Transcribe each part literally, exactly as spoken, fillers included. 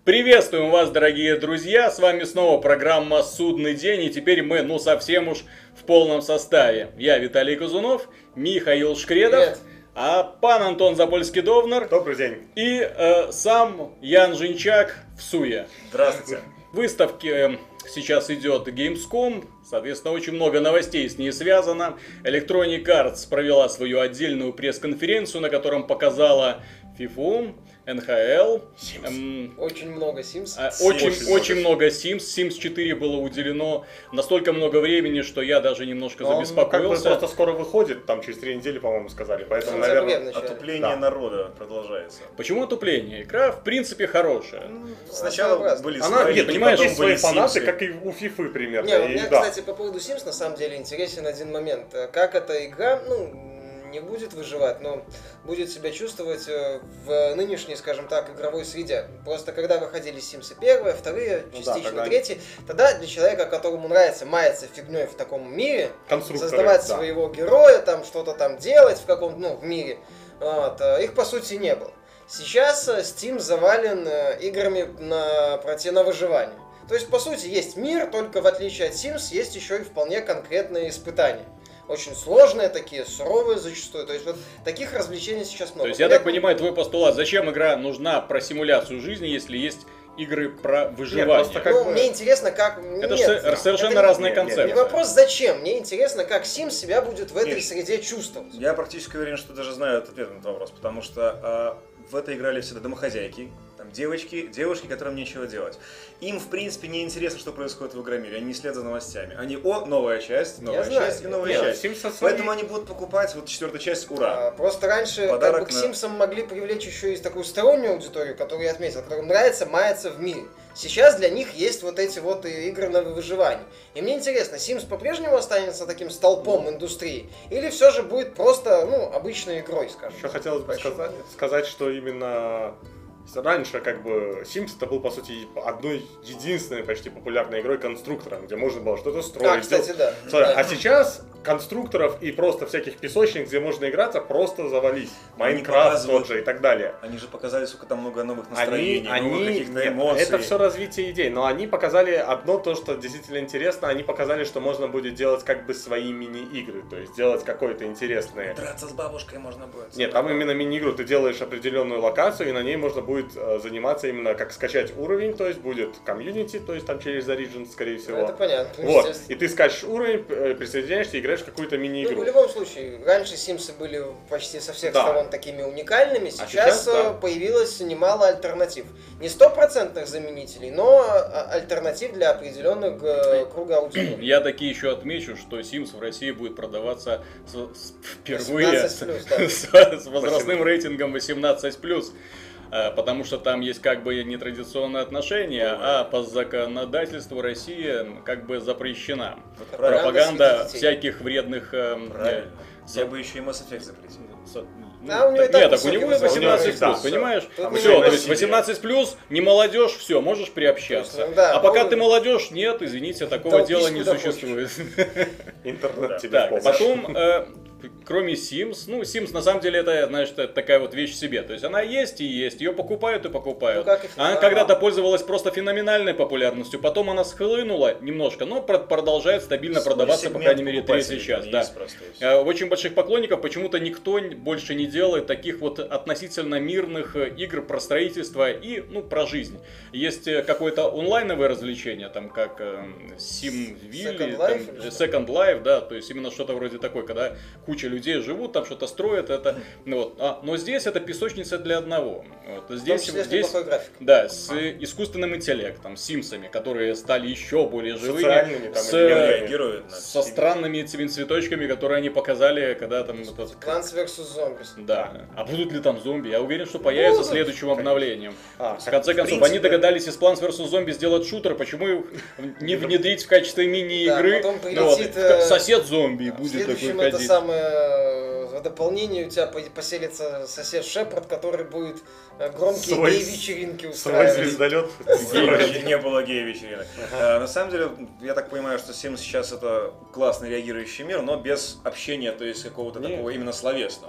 Приветствуем вас, дорогие друзья, с вами снова программа «Судный день», и теперь мы, ну, совсем уж в полном составе. Я Виталий Казунов, Михаил Шкредов, Привет. а пан Антон Запольский-Довнар. Добрый день. И э, сам Ян Жинчак в Суе. Здравствуйте. Выставки э, сейчас идет Gamescom, соответственно, очень много новостей с ней связано. Electronic Arts провела свою отдельную пресс-конференцию, на котором показала фифу, эн ха эл. Эм, Очень много Sims. а, очень, Очень очень много. много Sims. Sims четыре было уделено настолько много времени, что я даже немножко Но он, ну, как бы забеспокоился. просто скоро выходит, там через три недели, по-моему, сказали. Поэтому, В сентябре наверное, вначале. Отупление Да. народа продолжается. Почему отупление? Игра, в принципе, хорошая. Сначала Своеобразно. были она, смайлики, нет, понимаешь, потом есть свои были фанаты, симсы. как и у Фифы примерно. Не, и, мне, да. кстати, по поводу Sims на самом деле интересен один момент. Как эта игра, ну, не будет выживать, но будет себя чувствовать э, в нынешней, скажем так, игровой среде. Просто когда выходили Sims первые, вторые, Ну да, частично тогда- третьи, тогда для человека, которому нравится маяться фигней в таком мире, Конструкторы, создавать да. своего героя, там что-то там делать в каком, ну, в мире, вот, э, их по сути не было. Сейчас э, Steam завален э, играми на, проти- на выживание. То есть, по сути, есть мир, только в отличие от Sims, есть еще и вполне конкретные испытания. Очень сложные такие, суровые зачастую. То есть, вот таких развлечений сейчас много. То есть, я так Понятно? понимаю, твой постулат, зачем игра нужна про симуляцию жизни, если есть игры про выживание? просто как Ну, бы- мне интересно, как... Это Нет, же совершенно это не- разные нет, нет, концепты. Не вопрос зачем, мне интересно, как Sims себя будет в этой Нет. среде чувствовать. Я практически уверен, что даже знаю ответ на этот вопрос, потому что а, в это играли всегда домохозяйки, там девочки, девушки, которым нечего делать. Им, в принципе, не интересно, что происходит в игромире, они не следят за новостями. Они, о, новая часть, новая знаю. часть и новая Нет, часть. Sims со своей- Поэтому они будут покупать вот четвертая часть, ура. А, Просто раньше Подарок как бы, к на- Симсам могли привлечь еще и такую стороннюю аудиторию, которую я отметил, которым нравится маяться в мире. Сейчас для них есть вот эти вот и игры на выживание. И мне интересно, Sims по-прежнему останется таким столпом индустрии? Или все же будет просто, ну, обычной игрой, скажем? Еще хотелось бы Почему? сказать, сказать, что именно раньше, как бы, Sims это был, по сути, одной единственной почти популярной игрой конструктором, где можно было что-то строить. А, кстати, да. Смотри, Да. а сейчас конструкторов и просто всяких песочниц, где можно играться, просто завались. Майнкрафт показывают- тот же и так далее. Они же показали, сколько там много новых Они, настроений, новых они, каких-то нет, эмоций. это все развитие идей, но они показали одно то, что действительно интересно, они показали, что можно будет делать как бы свои мини-игры, то есть делать какое-то интересное. Драться с бабушкой можно будет. Нет, там именно мини-игру, ты делаешь определенную локацию, и на ней можно будет э, заниматься именно как скачать уровень, то есть будет комьюнити, то есть там через Origin, скорее всего. Ну, это понятно, Вот, естественно. и ты скачешь уровень, э, присоединяешься и играешь в какую-то Ну, мини-игру. в любом случае, раньше Симсы были почти со всех Да. сторон такими уникальными, сейчас, сейчас, да. э, появилось немало альтернатив. Не стопроцентных заменителей, но а, альтернатив для определенных э, круга аудитории. Я таки еще отмечу, что Sims в России будет продаваться с- с- впервые восемнадцать плюс, да. с, с возрастным рейтингом восемнадцать плюс. э, Потому что там есть как бы нетрадиционные отношения, а по законодательству России как бы запрещена Правильно. пропаганда среди детей. всяких вредных... э, Правильно. за- Я бы еще и Mass Effect запретил. со- А у него и так- так нет, так у высокий него и возраст. восемнадцать плюс, Да, понимаешь? Тут А не Все, то надо есть себе. восемнадцать плюс, не молодежь, все, можешь приобщаться. То есть, ну да, а пока ну, ты молодежь, нет, извините, такого толпись дела не куда существует. Интернет Да. тебе в Так, помощь. потом, э, кроме Sims, ну, Sims на самом деле это, знаешь, это такая вот вещь в себе. То есть она есть и есть, ее покупают и покупают. Ну, как и Она FIFA. когда-то пользовалась просто феноменальной популярностью, потом она схлынула немножко, но про- продолжает стабильно продаваться, по Сегмент крайней мере, третий покупателей час. там Да. есть просто, и всё. Э, Очень больших поклонников почему-то никто н- больше не делает таких вот относительно мирных э, игр про строительство и, ну, про жизнь. Есть э, какое-то онлайновое развлечение, там, как э, SimVille, Second там, Life или э, что? Second Life, да, то есть именно что-то вроде такой, когда куча людей живут, там что-то строят, это, ну, вот. А, но здесь это песочница для одного. Вот. В том Здесь, числе с здесь, неплохой графикой. да, с э, искусственным интеллектом, Симсами, которые стали еще более живыми, Социальными там с, или э, реагируют на со странными этими цветочками, которые они показали, когда там... этот- Plants versus. Zombies. Да. А будут ли там зомби? Я уверен, что появится Будут, следующим обновлением. А, В конце концов, принципе, они догадались из Plants versus. Zombi сделать шутер, почему их не внедрить в качестве мини-игры? Да, потом Ну вот, прилетит, э, сосед зомби В будет такой следующем это ходить. самое э, в дополнение у тебя по- поселится сосед Шепард, который будет э, громкие Свой- гей-вечеринки свой устраивать. звездолет. Гей- Не было гей-вечеринок. Э, На самом деле, я так понимаю, что Sims сейчас это классный реагирующий мир, но без общения, то есть какого-то Нет. такого именно словесного.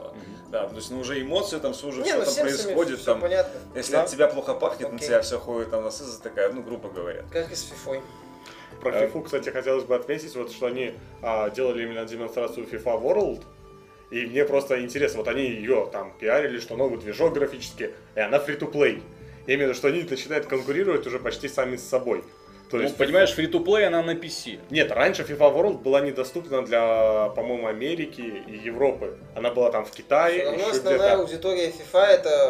Да, то есть, ну, уже эмоции, там, уже Не, что ну, там с Симсами происходит, всё там, понятно. если Да. от тебя плохо пахнет, на Окей. тебя все ходит, там, насыса такая, ну, грубо говоря. Как и с фифой. Про FIFA, кстати, хотелось бы отметить, вот, что они а, делали именно демонстрацию FIFA World, и мне просто интересно, вот они ее там пиарили, что новый движок графический, и она free-to-play. Я имею в виду, что они начинают конкурировать уже почти сами с собой. То Ну, есть, понимаешь, фри-то-плей она на пи си. Нет, раньше FIFA World была недоступна для, по-моему, Америки и Европы. Она была там в Китае, Все равно еще основная где-то. аудитория FIFA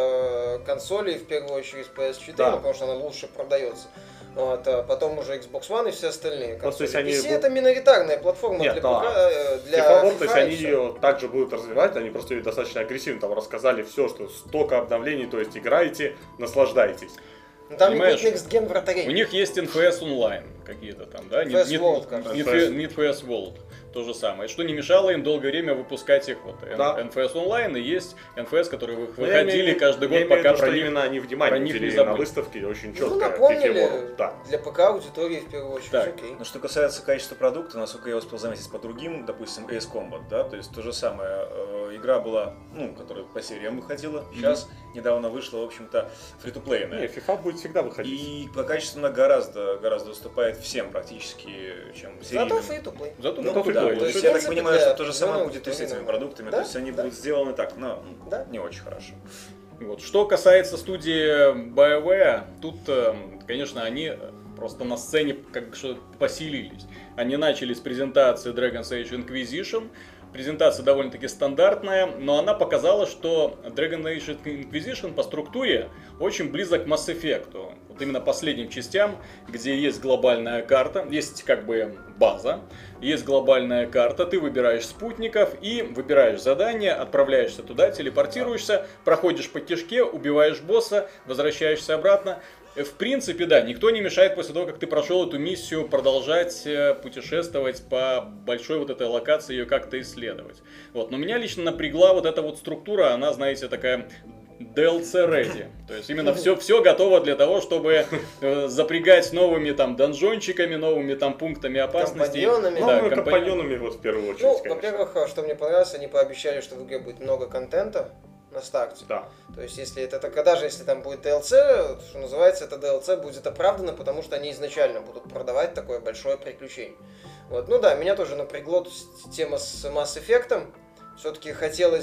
это консоли, в первую очередь пи эс четыре, Да. потому что она лучше продается. Вот, а потом уже Xbox One и все остальные Ну, то есть консоли. они пи си будут- это миноритарная платформа Нет, для да. ПК, э, для FIFA World, то есть FIFA и они всё. ее также будут развивать, они просто ее достаточно агрессивно там рассказали все, что столько обновлений, то есть играете, наслаждайтесь. Ну, там не Понимаешь, будет Next Gen вратарей. У них есть эн эф эс онлайн какие-то там, да? эн эф эс Need- World, Need- кажется. Need- Need for Speed World. То же самое. Что не мешало им долгое время выпускать их вот Да. эн эф эс онлайн, и есть эн эф эс, которые вы- Но я выходили имею- каждый я год, имею в пока виду, про что них... именно они про внимание них не уделили на забыли. выставке очень Ну, четко. напомнили Да. для ПК аудитории в первую очередь. Так. Окей. Ну, что касается качества продукта, насколько я успел заметить по другим, допустим, Ace Combat, да, то есть то же самое, э, игра была, ну, которая по сериям выходила, сейчас недавно вышла, в общем-то, фри-то-плейная. Не, FIFA будет всегда выходить. И по качеству она гораздо, гораздо уступает всем практически, чем Зато серийным. free-to-play. Зато Ну, free-to-play. да, free-to-play. то есть В я так принципе, понимаю, для что то же самое определенной будет и с этими аудитории, продуктами, да, то есть они да. будут сделаны так, но Да. не очень хорошо. Вот. Что касается студии BioWare, тут, э, конечно, они просто на сцене как что поселились. Они начали с презентации Dragon's Age Inquisition. Презентация довольно-таки стандартная, но она показала, что Dragon Age Inquisition по структуре очень близок к Mass Effect. Вот именно последним частям, где есть глобальная карта, есть как бы база, есть глобальная карта, ты выбираешь спутников и выбираешь задание, отправляешься туда, телепортируешься, проходишь по кишке, убиваешь босса, возвращаешься обратно. В принципе, да, никто не мешает после того, как ты прошел эту миссию, продолжать э, путешествовать по большой вот этой локации, ее как-то исследовать. Вот. Но меня лично напрягла вот эта вот структура, она, знаете, такая ди эл си ready. То есть именно все, все готово для того, чтобы э, запрягать новыми там донжончиками, новыми там пунктами опасности. Компаньонами. Ну, Да, ну, компаньон- компаньонами вот в первую очередь, Ну, конечно. во-первых, что мне понравилось, они пообещали, что в игре будет много контента на старте. Да. То есть, если это только даже если там будет ди эл си, что называется, это ди эл си будет оправдано, потому что они изначально будут продавать такое большое приключение. Вот. Ну да, меня тоже напрягло тема с Mass Effect. Все-таки хотелось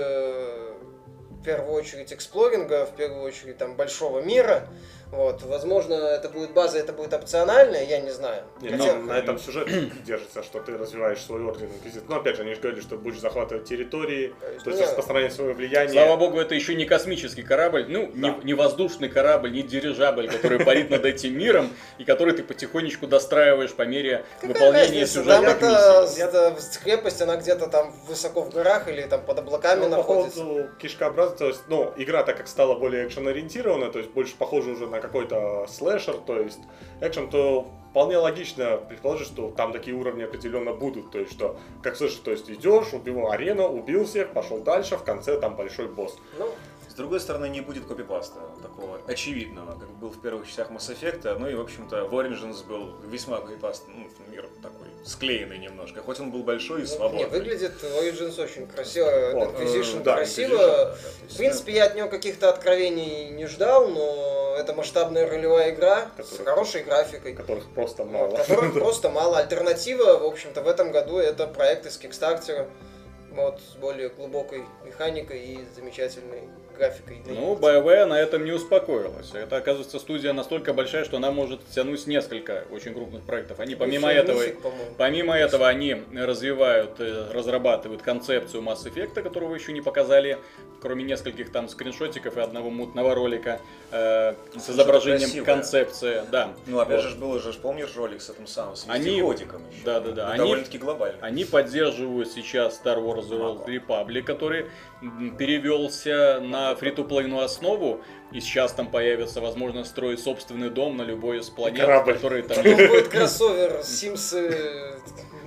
бы в первую очередь эксплоринга, в первую очередь там большого мира. Вот. Возможно, это будет база, это будет опционально, я не знаю. Не, Хотя- ну, на этом сюжет держится, что ты развиваешь свой орден инквизитор. Но опять же, они же говорили, что будешь захватывать территории, То есть, то есть ну, распространять свое влияние. Слава богу, это еще не космический корабль, ну, Да. не, не воздушный корабль, не дирижабль, который парит над этим миром, и который ты потихонечку достраиваешь по мере Какая выполнения разница? Там сюжетных это, миссий. это крепость, она где-то там высоко в горах или там под облаками Ну, по находится. поводу кишкообраза, то есть, ну, игра так как стала более экшен-ориентированная, то есть больше похожа уже на какой-то слэшер, то есть экшен, то вполне логично предположить, что там такие уровни определенно будут, то есть что, как слышишь, то есть идешь, убил арену, убил всех, пошел дальше, в конце там большой босс. Ну, С другой стороны, не будет копипаста такого очевидного, как был в первых частях Mass Effect, ну и, в общем-то, в Origins был весьма копипаст, ну, мир такой склеенный немножко, хоть он был большой и ну, свободный. не, выглядит Origins очень красиво, О, Inquisition э, да, красиво. Inquisition, да, да, то есть, В принципе, я от него каких-то откровений не ждал, но это масштабная ролевая игра с Которых- хорошей графикой. Которых просто Вот, мало. которых просто мало. Альтернатива, в общем-то, в этом году это проект из Kickstarter. Вот, с более глубокой механикой и замечательной графикой. Ну, BioWare на этом не успокоилась. Это, оказывается, студия настолько большая, что она может тянуть несколько очень крупных проектов. Они помимо Еще этого... мифик, по-моему. Помимо этого, они развивают, э, разрабатывают концепцию Mass Effect, которую еще не показали, кроме нескольких там скриншотиков и одного мутного ролика э, с изображением красивое. концепции. Да. Ну, опять Вот. же, был же, помнишь, ролик с этим самым, с Они- вездеходиком еще. Да-да-да, Ну, они- довольно-таки глобально. Они поддерживают сейчас Star Wars The Old Republic, который м, перевелся на фри-то-плейную основу, и сейчас там появится возможность строить собственный дом на любой из планет, Корабль. который там... Потом будет кроссовер Sims. Ну,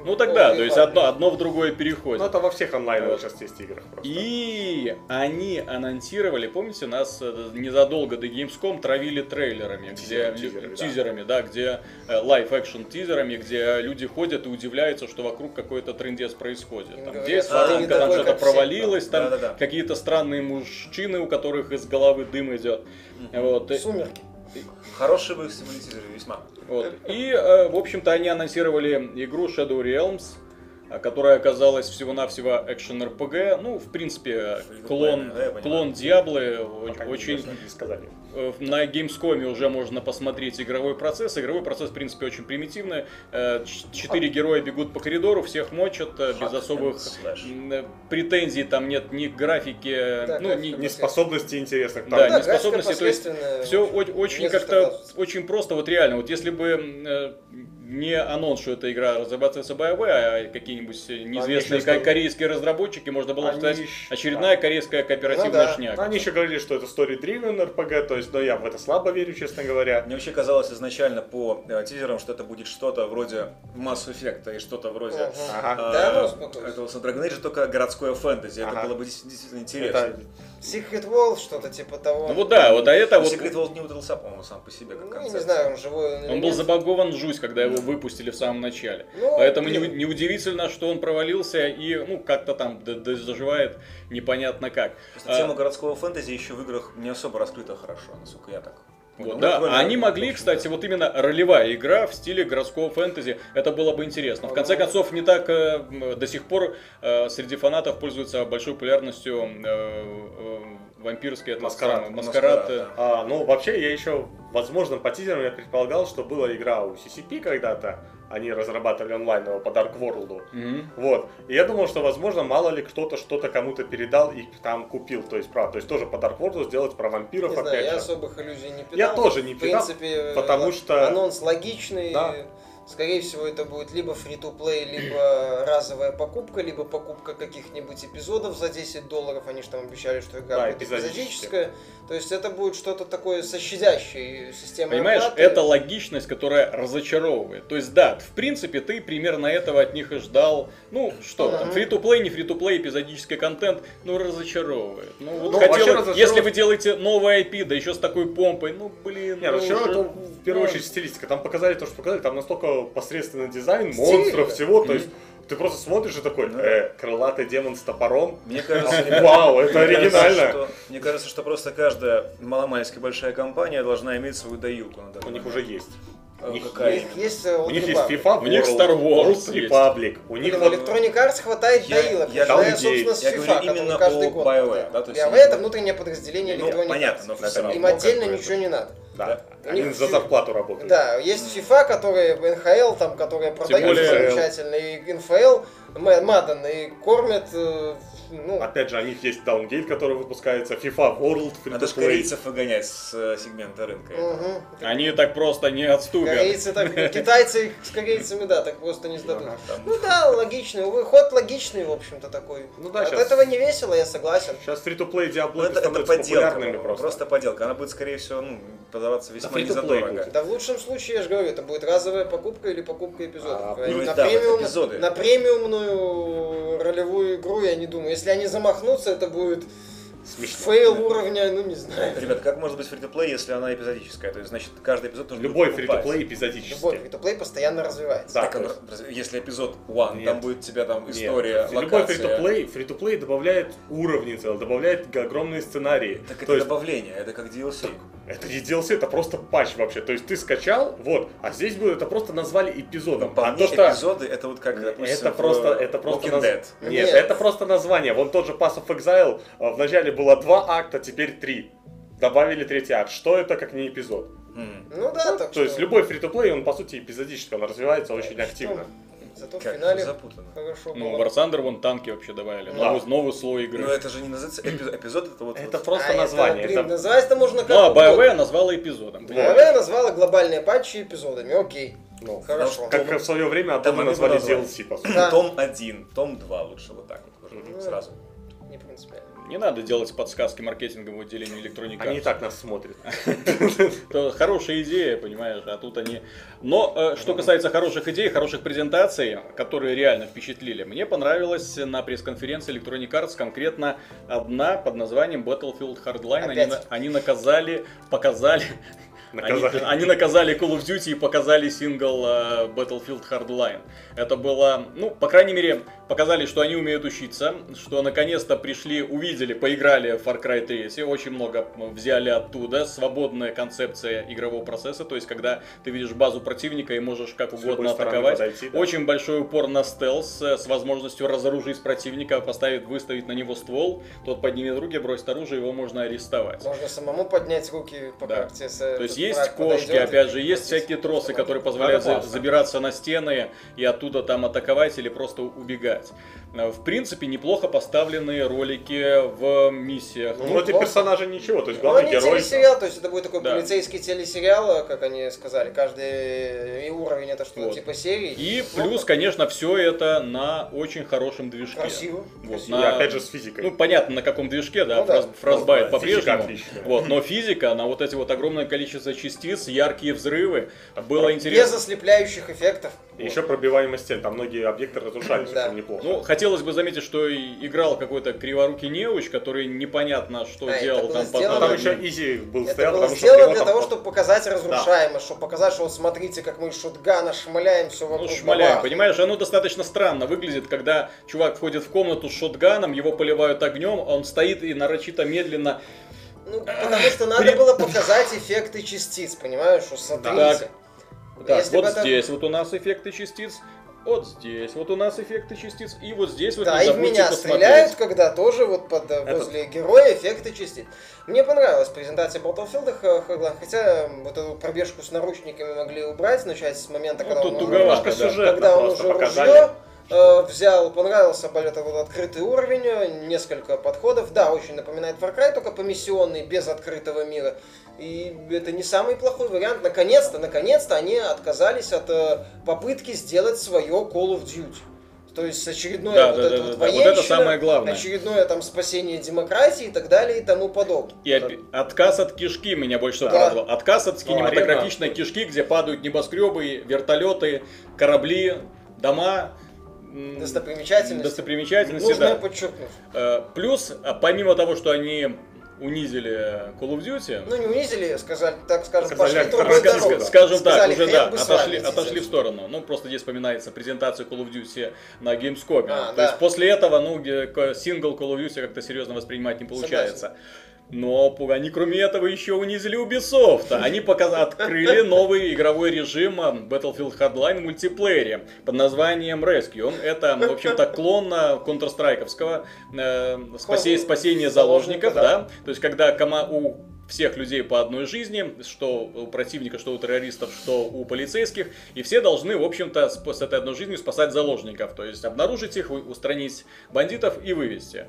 Ну тогда, Ой, то есть ладно. одно, одно в другое переходит. Ну это во всех онлайновых Вот. сейчас есть играх просто. И они анонсировали, помните, нас э, незадолго до Gamescom травили трейлерами, Тизерами, где тизерами, да. тизерами, да, где лайв-экшн тизерами, где люди ходят и удивляются, что вокруг какой-то трындец происходит. Им Там, говорят, где что воронка, ты не там такой, что-то как все. провалилось, Да, там да, да. какие-то странные мужчины, у которых из головы дым идет. Вот. и- Сумерки. Хорошие бы символизировали весьма. Вот. И, э, в общем-то, они анонсировали игру Shadow Realms, э, которая оказалась всего-навсего экшен-эр пи джи. Ну, в принципе, клон, да, я понимаю. клон Диаблы. Пока не Очень... точно не сказали. э, На Gamescom уже можно посмотреть игровой процесс. Игровой процесс, в принципе, очень примитивный. Э, ч- Четыре героя бегут по коридору, всех мочат, э, без Hack особых and slash. м, э, претензий. Там нет ни к графике, Да, ну, ни, графика Не способности интересных. Да, Там не графика способности, то есть посредственная, все в общем, очень не за что как-то радоваться. очень просто, вот реально, вот если бы э, не анонс, что эта игра разрабатывается BioWare, а какие-нибудь неизвестные еще ко- что- корейские разработчики, можно было бы Они сказать, еще- очередная корейская кооперативная Ну да. шняга. Ну, они еще говорили, что это story-driven эр пи джи, то есть, но я в это слабо верю, честно говоря. Мне вообще казалось изначально по э, тизерам, что это будет что-то вроде Mass Effect и что-то вроде Мгм. Ага. э, Да, ну, успокойся. этого с Dragon Age, только городское фэнтези. Это Ага. было бы дес- действительно интересно. Это Secret World, что-то типа того. Ну вот да, вот а это Но вот... Secret World не удался, по-моему, сам по себе, как Ну, я концепция. не знаю, он живой он или Он был нет. забагован жуть, когда его выпустили в самом начале. Ну, Поэтому блин. не- неудивительно, что он провалился и ну как-то там д- д- заживает непонятно как. Просто А, тема городского фэнтези еще в играх не особо раскрыта хорошо, насколько я так понял. Вот, Ну, да, кроме- а они могли, в общем, кстати, вот именно ролевая игра в стиле городского фэнтези, это было бы интересно. В конце Ага. концов, не так э, м, до сих пор э, среди фанатов пользуется большой популярностью э, э, вампирский этот Маскарад. самый, маскарад. Маскарад, э, да. А, ну, вообще, я еще, возможно, по тизерам я предполагал, что была игра у си си пи когда-то. Они разрабатывали онлайн его по Dark World. мгм. Вот. И я думал, что, возможно, мало ли кто-то что-то кому-то передал и там купил. То есть, правда. То есть, тоже по Dark World сделать про вампиров, Не знаю, опять я же. особых иллюзий не питал. Я тоже не В питал, принципе, потому э, что- анонс логичный. Да. Скорее всего, это будет либо фри-то-плей, либо разовая покупка, либо покупка каких-нибудь эпизодов за десять долларов. Они же там обещали, что игра Да, будет эпизодически. эпизодическая. То есть это будет что-то такое со щадящей системой Понимаешь, оплаты. это логичность, которая разочаровывает. То есть, да, в принципе, ты примерно этого от них и ждал. Ну, что там, Мгм. фри-то-плей, не фри-то-плей, эпизодический контент, ну, разочаровывает. Ну, вот Ну, хотелось- вообще разочаровывает. если вы делаете новый ай пи, да еще с такой помпой, ну, блин, Не, ну, разочаровывает, уже- это в первую ну, очередь стилистика. Там показали то, что показали, там настолько посредственный дизайн, Стильно. монстров, всего. То Мгм. есть, ты просто смотришь и такой, Ну. э, крылатый демон с топором. Мне кажется, ребята, Вау, это мне кажется, оригинально. что- Мне кажется, что просто каждая маломальски большая компания должна иметь свою доюку. на данный У них момент. уже есть. Э, у них какая есть, именно? есть, э, У Old них есть Republic. FIFA, У них World, Star Wars Old есть. Republic. У них Блин, вот в Electronic Arts хватает Я- доилок, я начиная, говорю, собственно, с я FIFA, говорю который именно каждый о год. BioWare, выпадает. да, то есть BioWare они- это внутреннее подразделение Ну, Electronic понятно, Arts. но Это все равно. Им как отдельно бы ничего не надо. да, У они них за фи- зарплату работают. Да, есть FIFA, которые в эн ха эл, там, которые продают более- замечательно, и эн эф эл, М- Madden, и кормят, э, ну, Опять же, у них есть Downgate, который выпускается, FIFA World, Надо же Free-to-Play. корейцев выгонять с э, сегмента рынка. мгм. Они так просто не отступят. Корейцы так, китайцы их с корейцами, да, так просто не сдадут. Ага. Там- Ну да, логичный, увы, ход логичный, в общем-то, такой. Ну да, От щас- этого не весело, я согласен. Сейчас Free-to-Play Diablo Ну, это, это становятся подделка, популярными по-моему, просто. просто подделка. Она будет, скорее всего, ну, продаваться весьма free-to-play незадорого. будет. Да в лучшем случае, я же говорю, это будет разовая покупка или покупка эпизодов. А, Они ну и на, да, вот премиум, эпизоды. на премиумную ролевую игру я не думаю. Если они замахнутся, это будет Смешно. фейл уровня, ну не знаю. Ребят, как может быть фри-то-плей, если она эпизодическая? То есть, значит, каждый эпизод нужно Любой будет покупать. free-to-play эпизодический. Любой фри-то-плей постоянно развивается. Да, Так, то он- есть- если эпизод один, Нет. там будет у тебя там Нет, история, любой локация. free-to-play, free-to-play добавляет уровни целые, добавляет г- огромные сценарии. Так То это есть добавление, это как ди эл си. это не ди эл си, это просто патч вообще. То есть ты скачал, вот, а здесь будет это просто назвали эпизодом. По а мне, то, что... эпизоды, это вот как, допустим, Это в просто, это просто Walking наз- Dead. Нет, Нет. это просто название. Вон тот же Pass of Exile, а, вначале было два акта, теперь три. Добавили третий акт. Что это, как не эпизод? М. Ну да, так То что... есть любой фри-то-плей, он по сути эпизодический, он развивается очень что, активно. Зато в Как финале запутанно. хорошо Ну, было. War Thunder вон танки вообще добавили. Да. Новый, новый слой игры. Но это же не называется эпизод, эпизод это вот... Это вот- просто А, название. Это, блин, это- называется можно как Ну, а угодно. BioWare назвала эпизодом. Вот. BioWare назвала глобальные патчи эпизодами, окей. Ну, Хорошо. Как в свое время Там Адама они назвали бы назвали. ди эл си, по сути. Да. Том один, том два лучше вот так вот уже Ну, сразу. Не принципиально. Не надо делать подсказки маркетинговому отделению Electronic Arts. Они и так нас смотрят. Это хорошая идея, понимаешь, а тут они... Но э, что касается хороших идей, хороших презентаций, которые реально впечатлили, мне понравилась на пресс-конференции Electronic Arts конкретно одна под названием Battlefield Hardline. Они, Опять? они наказали, показали... Наказали. Они, они наказали Call of Duty и показали сингл uh, Battlefield Hardline. Это было, ну, по крайней мере, показали, что они умеют учиться, что наконец-то пришли, увидели, поиграли в Far Cry три, очень много взяли оттуда, свободная концепция игрового процесса, то есть когда ты видишь базу противника и можешь как угодно атаковать. Подойти, да. Очень большой упор на стелс с возможностью разоружить противника, поставить, выставить на него ствол, тот поднимет руки, бросит оружие, его можно арестовать. Можно самому поднять руки по да. карте. То есть есть кошки, подойдет, опять же, есть всякие тросы, которые позволяют за, забираться на стены и оттуда там атаковать или просто убегать. В принципе, неплохо поставленные ролики в миссиях. Ну, вроде персонажа ничего, то есть главный ну, герой. Телесериал, то есть это будет такой да. полицейский телесериал, как они сказали. Каждый уровень это что-то вот. Типа серии. И плюс, вот. Конечно, все это на очень хорошем движке. Красиво. Вот, красиво. На... И опять же с физикой. Ну, понятно, на каком движке, да, ну, да. Frostbite ну, по-прежнему. Вот, но да. физика, на вот эти вот огромное количество частиц, яркие взрывы, было Про... интересно. Без ослепляющих эффектов. И вот. Еще пробиваемость стен, там многие объекты разрушались, да. Очень неплохо. Ну, хотелось бы заметить, что играл какой-то криворукий неуч, который непонятно, что а, делал там по а там еще изи был это стоял, было потому сделано что для того, там... чтобы показать разрушаемость, да. Чтобы показать, что вот смотрите, как мы из шотгана шмаляем все вокруг. Ну, шмаляем, бабах. Понимаешь, оно достаточно странно выглядит, когда чувак входит в комнату с шотганом, его поливают огнем, он стоит и нарочито медленно. Ну, потому что надо было показать эффекты частиц, понимаешь, что смотрите. Так, так вот это... здесь вот у нас эффекты частиц. Вот здесь вот у нас эффекты частиц, и вот здесь вот да, не и в меня посмотреть. стреляют, когда тоже вот под, возле Это... героя эффекты частиц. Мне понравилась презентация Battlefield, хотя вот эту пробежку с наручниками могли убрать, начать с момента, ну, когда он уже, да. сюжетно, когда он уже ружье э, взял, понравился это вот открытый уровень, несколько подходов. Да, очень напоминает Far Cry, только по миссионной, без открытого мира. И это не самый плохой вариант. Наконец-то, наконец-то они отказались от э, попытки сделать свое Call of Duty. То есть очередное да, вот да, это да, вот да, военщина, вот это самое главное. Очередное там спасение демократии и так далее и тому подобное. И опять, отказ от кишки меня больше всего да. порадовал. Отказ от кинематографичной кишки, где падают небоскребы, вертолеты, корабли, дома. Достопримечательности. Достопримечательности, Нужно да. подчеркнуть. Плюс, помимо того, что они унизили Call of Duty. Ну не унизили, сказали, так скажем, сказали, пошли другой дорогой. Скажем сказали, так, уже да, отошли, отошли, отошли в сторону. Ну просто здесь вспоминается презентация Call of Duty на Gamescom. А, То да. есть после этого, ну, сингл Call of Duty как-то серьезно воспринимать не получается. Согласен. Но они, кроме этого, еще унизили Ubisoft. Они показ... открыли новый игровой режим Battlefield Hardline в мультиплеере под названием Rescue. Это, в общем-то, клон Counter-Strike'овского э, спасение, спасение заложников. Да. Да? То есть, когда кома... у всех людей по одной жизни, что у противника, что у террористов, что у полицейских, и все должны, в общем-то, с этой одной жизнью спасать заложников. То есть, обнаружить их, устранить бандитов и вывести.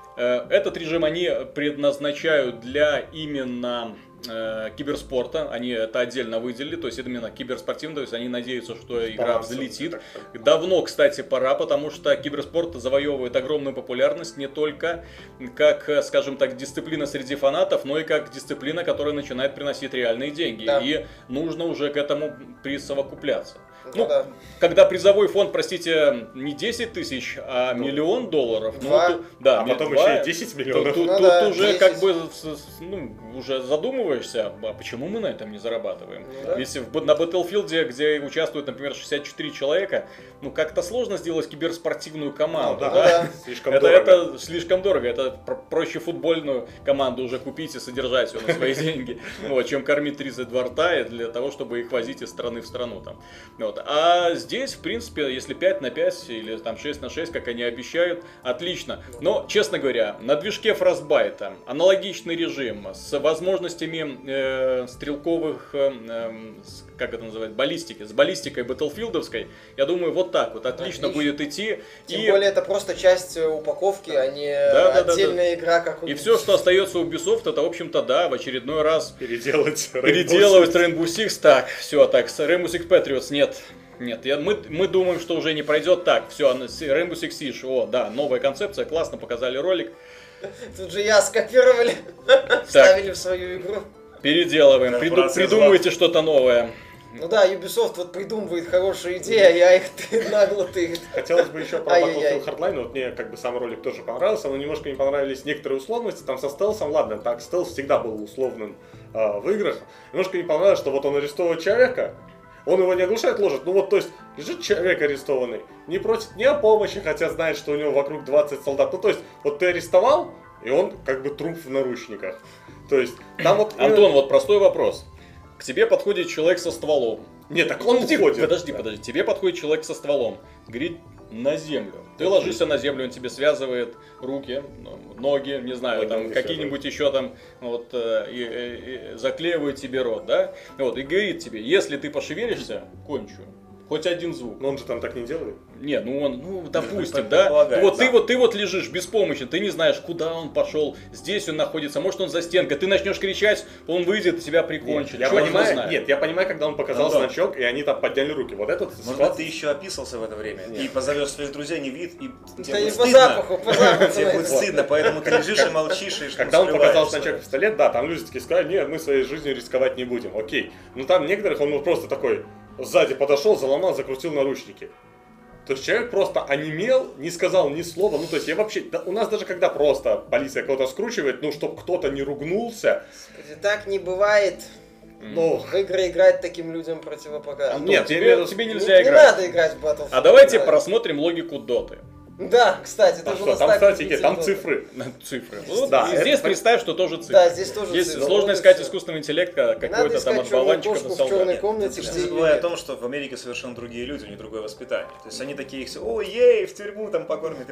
Этот режим они предназначают для именно э, киберспорта, они это отдельно выделили, то есть это именно киберспортивно, то есть они надеются, что игра взлетит. Давно, кстати, пора, потому что киберспорт завоевывает огромную популярность не только как, скажем так, дисциплина среди фанатов, но и как дисциплина, которая начинает приносить реальные деньги. Да. И нужно уже к этому присовокупляться. Ну, ну да. Когда призовой фонд, простите, не десять тысяч, а ну, миллион долларов. Ну, то, да, а потом два, еще и десять миллионов. Тут, ну, тут да, уже десять. Как бы ну, уже задумываешься, а почему мы на этом не зарабатываем? Ну, да. Ведь в, на Battlefield, где участвуют, например, шестьдесят четыре человека, ну как-то сложно сделать киберспортивную команду. Ну, да, да? Да. Слишком это, дорого. это слишком дорого. Это проще футбольную команду уже купить и содержать ее на свои деньги, чем кормить тридцать два рта для того, чтобы их возить из страны в страну. А здесь Здесь, в принципе, если пять на пять или там шесть на шесть, как они обещают, отлично. Но, честно говоря, на движке Frostbite аналогичный режим с возможностями э, стрелковых, э, с, как это называется, баллистики, с баллистикой батлфилдовской, я думаю, вот так вот отлично, отлично. будет идти. Тем и... более, это просто часть упаковки, а не да, отдельная да, да, игра, как у И все, что остается у Ubisoft, это, в общем-то, да, в очередной раз переделать переделывать Rainbow Six. Так, все, так, с Rainbow Six Patriots нет. Нет, я, мы, мы думаем, что уже не пройдет так. Все, Rainbow Six Siege, о, да, новая концепция, классно, показали ролик. Тут же я скопировали, вставили в свою игру. Переделываем, приду- Корпорация придумывайте что-то новое. Ну да, Ubisoft вот придумывает хорошие идеи, а я их нагло тырит. Хотелось бы еще про Ай-яй-яй. Battlefield Hardline, вот мне как бы сам ролик тоже понравился, но немножко не понравились некоторые условности, там со стелсом, ладно, так, стелс всегда был условным э, в играх, немножко не понравилось, что вот он арестовывает человека, он его не оглушает, ложит, ну вот, то есть, лежит человек арестованный, не просит ни о помощи, хотя знает, что у него вокруг двадцать солдат, ну то есть, вот ты арестовал, и он как бы труп в наручниках, то есть, там вот... Антон, вот простой вопрос. К тебе подходит человек со стволом. Нет, так он Подожди, уходит. подожди, подожди. Тебе подходит человек со стволом. Говорит, на землю. Ты ложишься на землю, он тебе связывает руки, ноги, не знаю, Ноги там не какие-нибудь еще там вот э, и, и- и заклеивают тебе рот, да? Вот, и говорит тебе, если ты пошевелишься, кончу. Хоть один звук. Но он же там так не делает. Не, ну он, ну допустим, Предполагает, да. Вот да. ты вот ты вот лежишь беспомощен, ты не знаешь, куда он пошел, здесь он находится, может он за стенкой, ты начнешь кричать, он выйдет и тебя прикончит. Я Чёрт его понимаю, знает. нет, я понимаю, когда он показал Антон. значок, и они там подняли руки. Вот этот Может быть, ситуация- ты еще описался в это время Нет. и позовешь своих друзей, не вид, и Да тебе и будет по стыдно. запаху, по запаху. Тебе будет знаете. стыдно, поэтому ты лежишь и молчишь, и Когда он скрываешь показал это. значок пистолет, да, там люди такие сказали, нет, мы своей жизнью рисковать не будем, окей. Но там некоторых он вот просто такой сзади подошел, заломал, закрутил наручники. То есть человек просто онемел, не сказал ни слова, ну то есть я вообще, да, у нас даже когда просто полиция кого-то скручивает, ну чтобы кто-то не ругнулся, Господи, так не бывает. ну... В игры играть таким людям противопоказано. Антон, Нет, я тебе, имею в виду- тебе Не- нельзя не играть. надо играть в Battlefield. А давайте Да. просмотрим логику доты. Да, кстати, А ты же у что, нас там так статики, любитель там доты. цифры. Цифры. Вот, Да, и здесь это- представь, что тоже цифры. Да, здесь тоже Здесь цифры. сложно Вот и искать всё. искусственный интеллект, как Не надо какой-то там искать от черную болванчика кошку до в черной солдата. комнате, Ты где не её забывай о нет. том, что в Америке совершенно другие люди, у них другое воспитание. То есть они такие все, ой, ей, в тюрьму там покормят и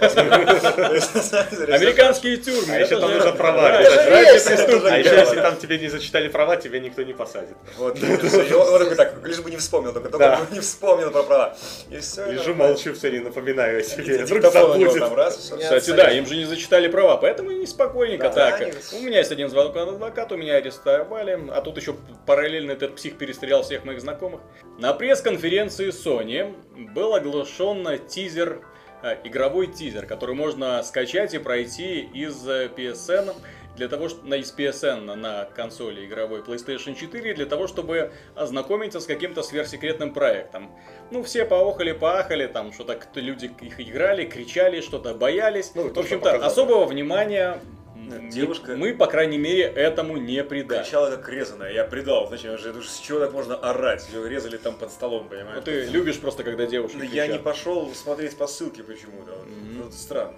посмотрят. Американские тюрьмы. А еще это там же- нужно права. Да, это это же- ради весело. преступников. А еще если там тебе не зачитали права, тебя никто не посадит. Вот, и он он такой, так, лишь бы не вспомнил, только только Да. бы не вспомнил про права. И все. Лежу, молчу, все, не напоминаю о себе. Вдруг Диктофон у него забудет. там раз, всё. Я Кстати, абсолютно- да, им же не зачитали права, поэтому и спокойненько Да, так. они- У меня есть один звонок от адвоката, меня арестовали, а тут еще параллельно этот псих перестрелял всех моих знакомых. На пресс-конференции Sony был оглашен тизер, э, игровой тизер, который можно скачать и пройти из э, пи эс эн. Для того, что на из пи эс эн на консоли игровой PlayStation четыре, для того, чтобы ознакомиться с каким-то сверхсекретным проектом. Ну, все поохали-поахали, там что-то кто- люди их играли, кричали, что-то боялись. Ну, В то, что общем-то, показали. особого внимания м, Девушка- мы, по крайней мере, этому не придали. Кричала как резаная, я предал, зачем же, это же с чего так можно орать? Её резали там под столом, понимаешь? Ну, ты любишь просто, когда девушки Ну, я кричат. не пошел смотреть по ссылке почему-то. Вот. Мгм. Вот странно.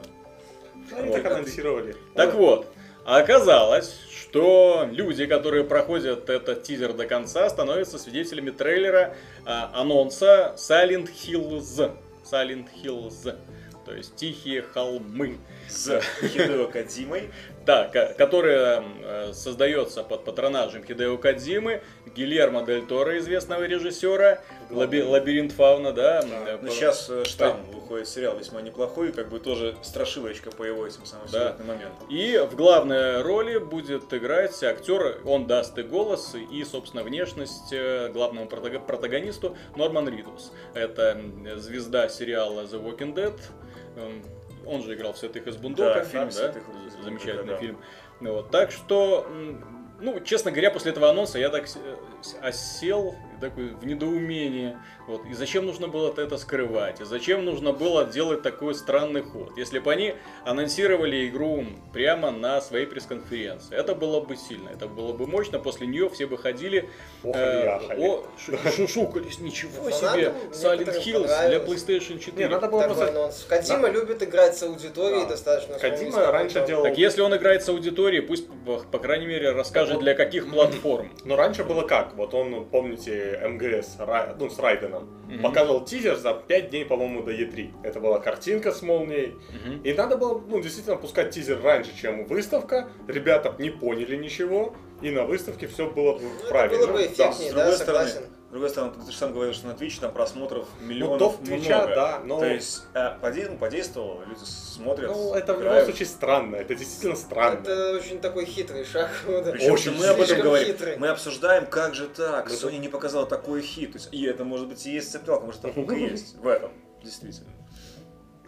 Они так анонсировали. Так вот, оказалось, что люди, которые проходят этот тизер до конца, становятся свидетелями трейлера а, анонса Silent Hills. Silent Hills. То есть Тихие холмы. С Хидео Кодзимой. Да, ко- которая э, создается под патронажем Хидео Кодзимы, Гильермо Дель Торо, известного режиссера, Лаби- Лабиринт Фауна, да. э, Ну, по- сейчас э, Штамм выходит сериал весьма неплохой, как бы тоже страшилочка по его этим самым Да. сюжетным моментам. И в главной роли будет играть актер, он даст и голос, и, собственно, внешность э, главному протаг- протагонисту Норман Ридус. Это м, звезда сериала The Walking Dead. Эм, Он же играл в «Святых из Бундока». Да, фильм да? «Святых из Бундока», Замечательный да. фильм. Ну вот, так что, м, ну, честно говоря, после этого анонса я так с- с- осел такой в недоумении. Вот. И зачем нужно было это скрывать? И зачем нужно было делать такой странный ход? Если бы они анонсировали игру прямо на своей пресс-конференции, это было бы сильно, это было бы мощно. После нее все бы ходили, Ох, э, яхали. о, шу- шушукались. Ничего Фанатам себе! Silent некоторым Hills для понравилось. PlayStation четыре. Не, надо было Такой просто... анонс. Кодзима любит играть с аудиторией Да. достаточно. Кодзима своим раньше стопом. делал... Так если он играет с аудиторией, пусть, по, по крайней мере, расскажет, для каких платформ. Но раньше было как? Вот он, помните, эм гэ эс, Рай- ну, с Райденом, Мгм. показывал тизер за пять дней, по-моему, до и три. Это была картинка с молнией. Мгм. И надо было, ну, действительно, пускать тизер раньше, чем выставка. Ребята не поняли ничего. И на выставке все было Ну, это правильно. было бы Да. эффектнее, С да, другой стороны, согласен. с другой стороны, ты же сам говорил, что на Twitch там просмотров Ну, миллионов топ Твича, много. да, но... То есть э, поде- подействовало, люди смотрят, Ну, это в любом играют. случае странно. Это действительно странно. Это очень такой хитрый шаг. Вот. Причем Очень мы об этом слишком говорим. хитрый. Мы обсуждаем, как же так, Ну, Sony не показала такой хит. То есть, и это может быть и есть цеплялка, может там хука есть в этом, действительно.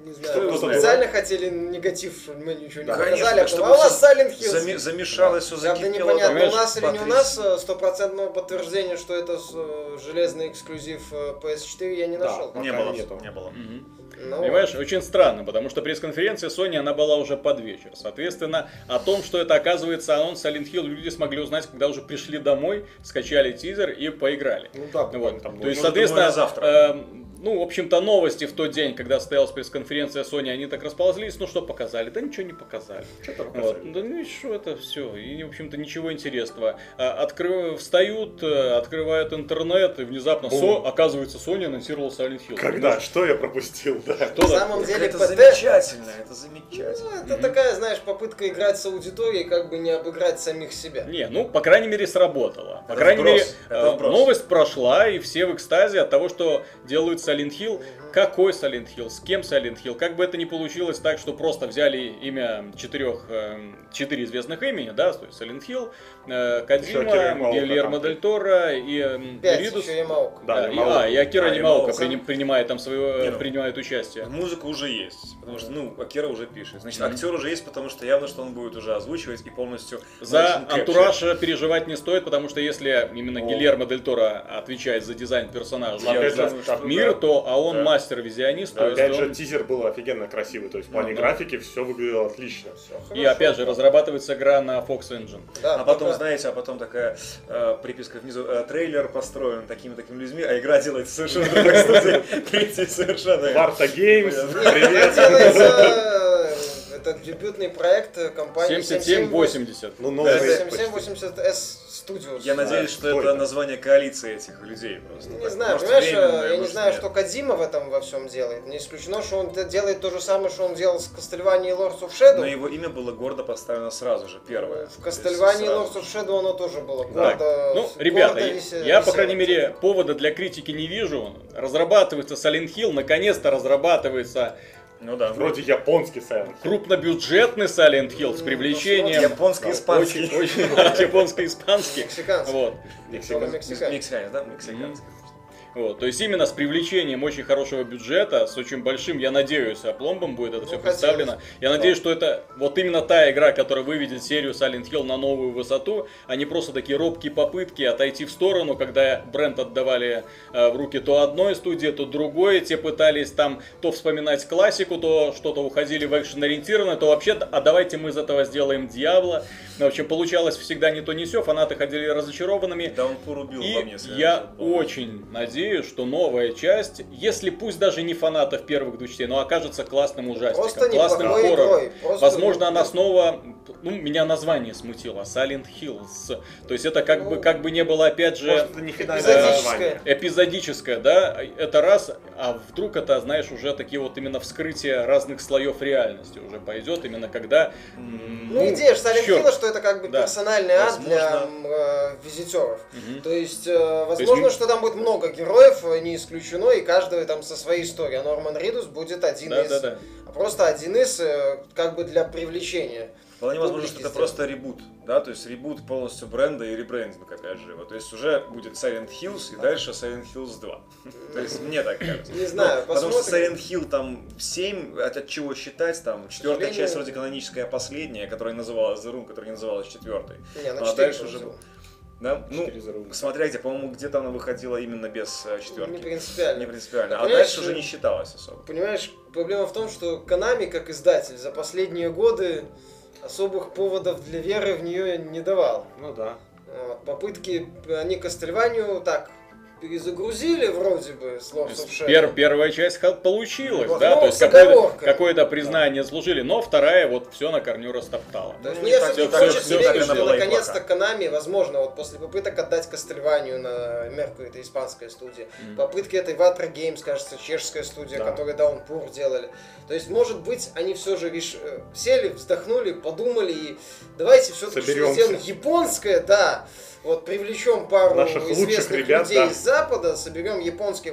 Не Кто знаю, его знает? специально хотели негатив, чтобы мы ничего не Да, показали, конечно, а потом, чтобы а у нас всё Silent Hill. Зами- замешалось, все Правда, закипело. непонятно, у понимаешь, нас или не у по нас э, стопроцентного подтверждения, что это э, железный эксклюзив э, пи эс четыре, я не Да. нашел. Не Пока было, нету. не было. Мгм. Ну, Понимаешь, очень странно, потому что пресс-конференция Sony, она была уже под вечер. Соответственно, о том, что это оказывается анонс Silent Hill, люди смогли узнать, когда уже пришли домой, скачали тизер и поиграли. Ну да, буквально Вот. там. То есть, может, соответственно, думаю, на завтра. э, ну, в общем-то, новости в тот день, когда состоялась пресс-конференция Sony, они так расползлись. Ну, что показали? Да ничего не показали. Что-то Вот. показали. Да ну и что это все? И, в общем-то, ничего интересного. А, откры- Встают, э, открывают интернет, и внезапно, Бум. Со- оказывается, Sony анонсировал Silent Hill. Когда? Что я пропустил? Да. Что на такое? самом деле Это ПТ... замечательно, это Ну, замечательно. это такая, знаешь, попытка играть с аудиторией, как бы не обыграть самих себя. Не, ну, по крайней мере, сработало. По Это крайней вброс, мере, это э, вброс. новость прошла, и все в экстазе от того, что делают Silent Hill. Какой Silent Hill, с кем Silent Hill. Как бы это ни получилось так, что просто взяли имя четырех, э, четыре известных имени, да, то есть Silent Hill, э, Еще Акира Кодзима, Ямаока Гильермо там. Дель Торо и э, Пять, Ридус. еще Ямаука. Да, Да, и, Ямаока. а, и Акира А, Ямаока Ямаока. при- принимает там свое, Не, ну, принимает участие. Музыка уже есть, потому что, ну, Акира уже пишет. Значит, Мгм. актер уже есть, потому что явно, что он будет уже озвучивать и полностью... За motion capture. антураж переживать не стоит, потому что если именно О. Гильермо Дель Торо отвечает за дизайн персонажа, Я за думаю, что мир, да. то а он Да. мастер-визионист, то есть Опять он- же, тизер был офигенно красивый, то есть в плане Ну, да. графики все выглядело отлично. Всё И хорошо. опять же, разрабатывается игра на Fox Engine. Да, А потом, пока- знаете, а потом такая э, приписка внизу, э, трейлер построен такими-такими людьми, а игра делается совершенно другой студии. Третий совершенно. Варта Геймс, Нет, Нет, привет. это делается, э, это дебютный проект э, компании семьдесят семь восемьдесят. Ну, новый Это семьдесят семь восемьдесят эс Studios. Я надеюсь, Да, что кто это это? название коалиции этих людей просто. Не Так, знаю, может, понимаешь, временное, э, я не может, знаю, нет. что Кодзима в этом во всем делает. Не исключено, что он т- делает то же самое, что он делал с Castlevania и Lords of Shadow. Но его имя было гордо поставлено сразу же, первое. В То есть Castlevania и сразу Lords of же. Shadow оно тоже было Так, гордо. ну, с- ребята, гордо я, висе- я, по висело. крайней мере, повода для критики не вижу. Разрабатывается Silent Hill, наконец-то разрабатывается Ну да. Вроде японский Silent. крупнобюджетный Silent Hill с Ну, привлечением... Японско-испанский. Очень, очень японско-испанский. Мексиканский. Вот. Мексиканский. Мексиканский. Мексиканец, да? Мексиканец. Вот, то есть именно с привлечением очень хорошего бюджета, с очень большим, я надеюсь, опломбом будет это Ну, все хотелось. представлено. Я надеюсь, что это вот именно та игра, которая выведет серию Silent Hill на новую высоту, а не просто такие робкие попытки отойти в сторону, когда бренд отдавали э, в руки то одной студии, то другой, те пытались там то вспоминать классику, то что-то уходили в экшен-ориентированное, то вообще, а давайте мы из этого сделаем Диабло. В общем, получалось всегда не то не сё, фанаты ходили разочарованными. Да он порубил И во мне. Silent я Hill, по-моему. очень надеюсь, что новая часть, если пусть даже не фанатов первых двух частей, но окажется классным ужастиком, Просто классным неплохой хоррором. игрой. Просто Возможно, она неплохой. снова, ну, меня название смутило, Silent Hills. То есть это как Ну, бы, как бы не было, опять же, Может, это не финальное эпизодическое. название. эпизодическое, да, это раз, а вдруг это, знаешь, уже такие вот именно вскрытие разных слоев реальности уже пойдет, именно когда... м, Ну, идея же Silent чёрт. Hill, что это как бы Да. персональный ад для Возможно. м, э, визитеров. Мгм. То есть, э, возможно, есть, что там будет много героев, э, не исключено, и каждый там со своей историей. А Норман Ридус будет один Да, из... да, да. а Просто один из, э, как бы для привлечения. Вполне возможно, что публики это просто ребут, да, то есть ребут полностью бренда и ребрендинг, опять же, вот, то есть уже будет Silent Hills и дальше Silent Hills два. То есть мне так кажется. Не знаю, Ну, потому что посмотрим. Silent Hill там семь, от, от чего считать, там четвертая сожалению- часть вроде каноническая последняя, которая называлась The Room, которая не называлась четвертой. Не, на Ну, а четыре дальше уже уже был. Да? Ну, Четыре The Room. смотря где, по-моему, где-то она выходила именно без э, Не четверки. принципиально. Не принципиально. А Понимаешь, дальше уже не считалось особо. Понимаешь, проблема в том, что Konami, как издатель, за последние годы особых поводов для веры в нее не давал. Ну да. Вот, попытки, они Castlevania так перезагрузили вроде бы с Lords of Shadow. Пер- первая часть ха- получилась, Вот, да, ну, то есть с какое-то, оговоркой. какое-то признание служили, но вторая вот все на корню растоптала. То есть Ну, мне не так- все-таки не так- хочется не так верить, она что была и наконец-то плоха. Konami, возможно, вот после попыток отдать Castlevania на Мерку, это испанская студия, Мгм. попытки этой Vatra Games, кажется, чешская студия, Да. которые Downpour делали. То есть, может быть, они все же видишь, э, сели, вздохнули, подумали и давайте все-таки Соберемся. сделаем японское, да, вот привлечем пару Наших лучших известных ребят, людей да. из Запада, соберем японских.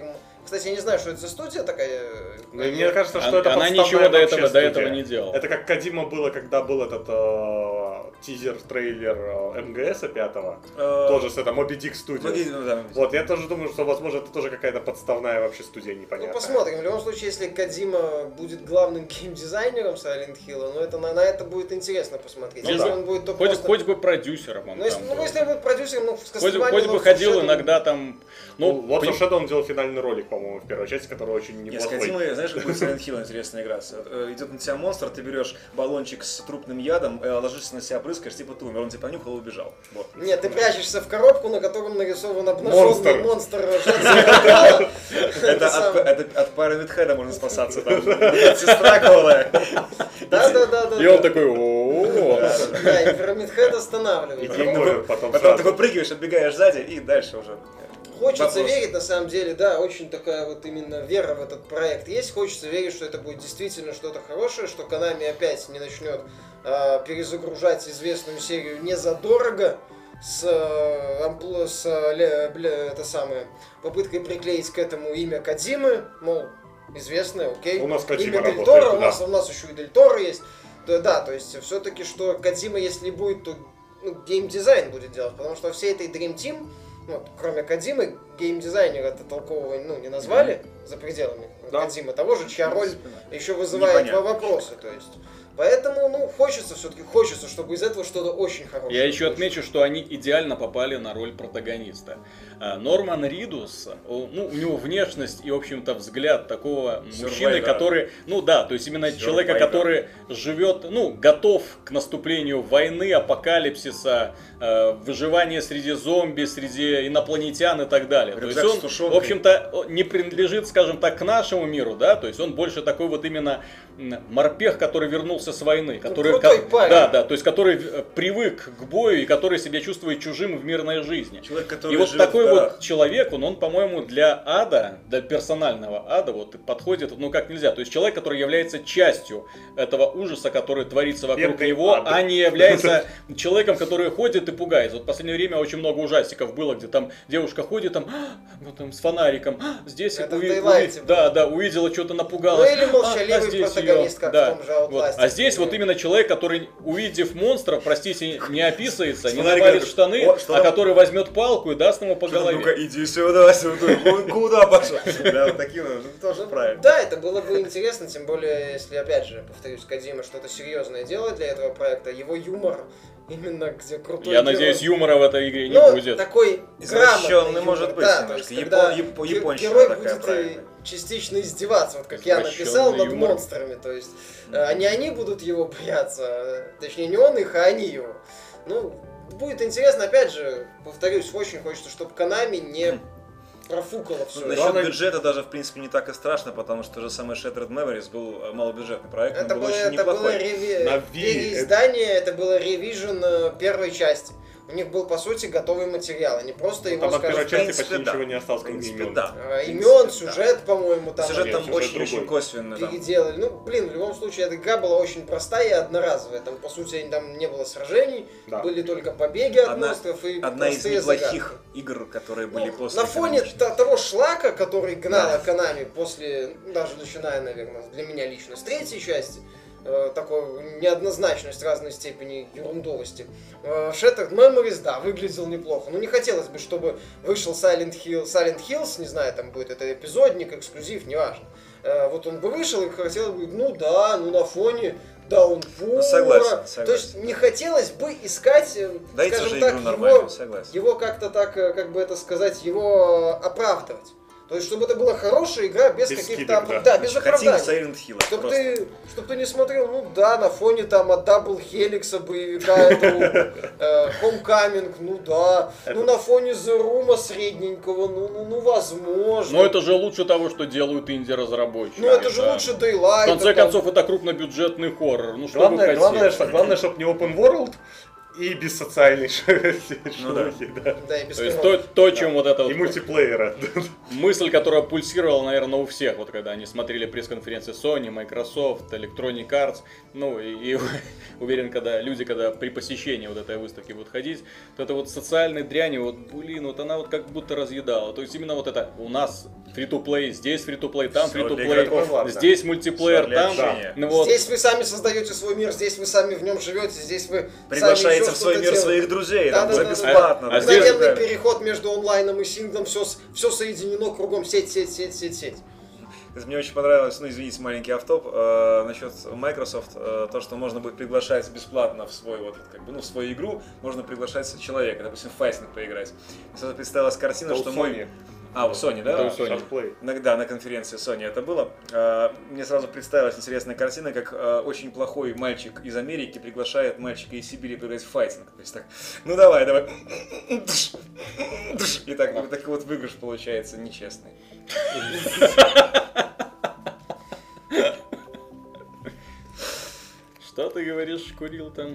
Кстати, я не знаю, что это за студия такая. Ну, и мне кажется, что Она, это она подставная ничего до вообще этого, до студия. этого не делала. Это как Кодзима было, когда был этот э, тизер-трейлер э, эм гэ эс пятого. Тоже с это Moby Dick Studios. Вот, я тоже думаю, что, возможно, это тоже какая-то подставная вообще студия непонятная. Ну, посмотрим. В любом случае, если Кодзима будет главным геймдизайнером Silent Hill, ну, это, на, на это будет интересно посмотреть. Ну, если да. он будет то Хоть, просто... хоть бы продюсером он Ну, если, там ну, был. если он будет продюсером, ну, в Хоть, Castlevania хоть бы Lords of ходил Shadow- иногда там... Ну, Ну, Lords при- of Shadow он делал финальный ролик, по-моему, в первой части, который очень Нет, с неплохой. Кодзимой, знаешь, как будет Silent Hill интересная игра? Э, Идет на тебя монстр, ты берешь баллончик с трупным ядом, э, ложишься на себя, прыскаешь, типа ты умер, он тебя понюхал и убежал. Вот. Нет, ты прячешься в коробку, на котором нарисован обнаженный Монстр. монстр. Это от, это от Pyramid Head можно спасаться, там сестра голая. Да-да-да. И он такой, о Да, и Pyramid Head останавливает. И гейм-овер потом Потом сразу. такой прыгиваешь, отбегаешь сзади и дальше уже. Хочется Вопрос. верить, на самом деле, да, очень такая вот именно вера в этот проект есть. Хочется верить, что это будет действительно что-то хорошее, что Konami опять не начнет э, перезагружать известную серию не задорого с, э, амплу- с э, ле- бля, это самое, попыткой приклеить к этому имя Кодзимы, мол, известное, окей. У нас Кодзима имя Дель работает, Торо, у да. нас, у нас еще и Дель Торо есть. Да, да, то есть все-таки, что Кодзима, если будет, то ну, геймдизайн будет делать, потому что все этой Dream Team, вот, кроме Кодзимы, геймдизайнера-то толкового ну, не назвали за пределами Да. Кодзимы, того же, чья роль еще вызывает Непонятно. вопросы, то есть. Поэтому, ну, хочется все-таки, хочется, чтобы из этого что-то очень хорошее. Я еще вышло. отмечу, что они идеально попали на роль протагониста. А, Норман Ридус, о, ну, у него внешность и, в общем-то, взгляд такого мужчины, Survivor. который, ну да, то есть именно Survivor. человека, который живет, ну, готов к наступлению войны, апокалипсиса, э, выживания среди зомби, среди инопланетян и так далее. То есть Рюкзак с он, тушенкой. в общем-то, о, не принадлежит, скажем так, к нашему миру, да, то есть он больше такой вот именно м, морпех, который вернулся с войны, который, крутой ко- парень. да, да, то есть который э, привык к бою и который себя чувствует чужим в мирной жизни. Человек, который И вот живет такой в горах. вот человек, он, он, по-моему, для ада, для персонального ада, вот подходит, ну как нельзя. То есть человек, который является частью этого ужаса, который творится вокруг Бедный него, ад. а не является человеком, который ходит и пугается. Вот в последнее время очень много ужастиков было, где там девушка ходит там, «А, вот там с фонариком, «А, здесь Это в уви- Дейлайте уви- было. да, да, увидела, что-то Ну напугалась. или «А, молчаливый а здесь протагонист, её». как Да. в том же Вот. Outlast. А здесь вот именно человек, который, увидев монстра, простите, не описывается, не Фонарик навалит такой, штаны, «О, что а там?» который возьмет палку и даст ему по Что-то, голове. Ну-ка, иди сюда, сюда. Он куда пошел? Да, вот такие, ну, тоже Ну, правильно. Да, это было бы интересно, тем более, если, опять же, повторюсь, Кодзима что-то серьезное делает для этого проекта, его юмор, именно где крутой Я герой. надеюсь, юмора в этой игре не Ну, будет. такой Извращенный грамотный может юмор, быть да, немножко. то есть, Япон- когда яп- ге- японщина герой такая будет правильная. и частично издеваться, вот как я написал, Извращенный над юмор. монстрами, то есть э, не они будут его бояться, а, точнее не он их, а они его. Ну, будет интересно, опять же, повторюсь, очень хочется, чтобы Konami не профукала все. Ну, насчет Главное- бюджета даже, в принципе, не так и страшно, потому что же самый Shattered Memories был э, малобюджетный проект, но Это был было, очень это было неплохой. реви- На Wii переиздание, это было ревижн э, первой части. У них был, по сути, готовый материал, они просто его, Там от скажем, первой части принципе, почти да. ничего не осталось, В кроме принципе, имен. да. э, В имен, принципе, да. сюжет, по-моему, там Сюжет Нет, там сюжет очень, другой. очень косвенно. Там. переделали. Ну, блин, в любом случае, эта игра была очень простая и одноразовая. Там, по сути, там не было сражений, Да. были только побеги от Одна- монстров и Одна из простые неплохих загадки. игр, которые Ну, были после на фоне каноничных. т- того шлака, который гнала Konami после, ну, даже начиная, наверное, для меня лично, с третьей части, э, такой неоднозначность разной степени ерундовости. Э, Shattered Memories, да, выглядел неплохо. Но не хотелось бы, чтобы вышел Silent Hill, Silent Hills, не знаю, там будет это эпизодник, эксклюзив, неважно. Э, вот он бы вышел и хотел бы, ну да, ну на фоне Даунпура. Ну, согласен, согласен. То есть не хотелось бы искать, э, Дайте скажем же так, игру его, нормальную, согласен. его как-то так, э, как бы это сказать, его э, оправдывать. То есть, чтобы это была хорошая игра без, Без каких-то... скидок, опра- да. Да, без Хотим оправданий. Silent Hill. Чтобы просто. ты, чтоб ты не смотрел, ну да, на фоне там от Double Helix боевика этого э, Homecoming, ну да. Ну на фоне The Room средненького, ну, ну, ну возможно. Но это же лучше того, что делают инди-разработчики. Ну это же да. лучше В Daylight. конце там. концов, это крупнобюджетный хоррор. Ну что вы Главное, хотите? главное, что, главное, чтобы не open world и без социальной Ну да. шелухи, да. Да, и без То есть кино. то, то, чем вот эта И вот мультиплеера. мысль, которая пульсировала, наверное, у всех, вот когда они смотрели пресс-конференции Sony, Microsoft, Electronic Arts, ну и, и уверен, когда люди, когда при посещении вот этой выставки будут ходить, то это вот социальной дряни, вот, блин, вот она вот как будто разъедала. То есть именно вот это, у нас фри-то-плей, здесь фри-то-плей, там Всё, для фри-то-плей, игроков, ладно. здесь мультиплеер, Всё для там... общения. Ну, вот. Здесь вы сами создаете свой мир, здесь вы сами в нем живете, здесь вы Приглашаете сами в свой еще мир что-то своих делаете. друзей, Да, там, да, за да, да, бесплатно. А да. здесь- Мгновенный переход между онлайном и синглом, все, все соединено кругом, сеть, сеть, сеть, сеть, сеть. Мне очень понравилось, ну извините, маленький автоп, э, насчет Microsoft, э, то, что можно будет приглашать бесплатно в свой вот как бы, ну в свою игру, можно приглашать человека, допустим, в файтинг поиграть. Мне сразу представилась картина, Это у что Sony. мой... А, у Sony, да? Это у Sony. Shotplay. На- Да, на конференции Sony это было. Э, Мне сразу представилась интересная картина, как э, очень плохой мальчик из Америки приглашает мальчика из Сибири поиграть в файтинг. То есть так, ну давай, давай. И так, вот такой вот выигрыш получается нечестный. Что ты говоришь, курил там?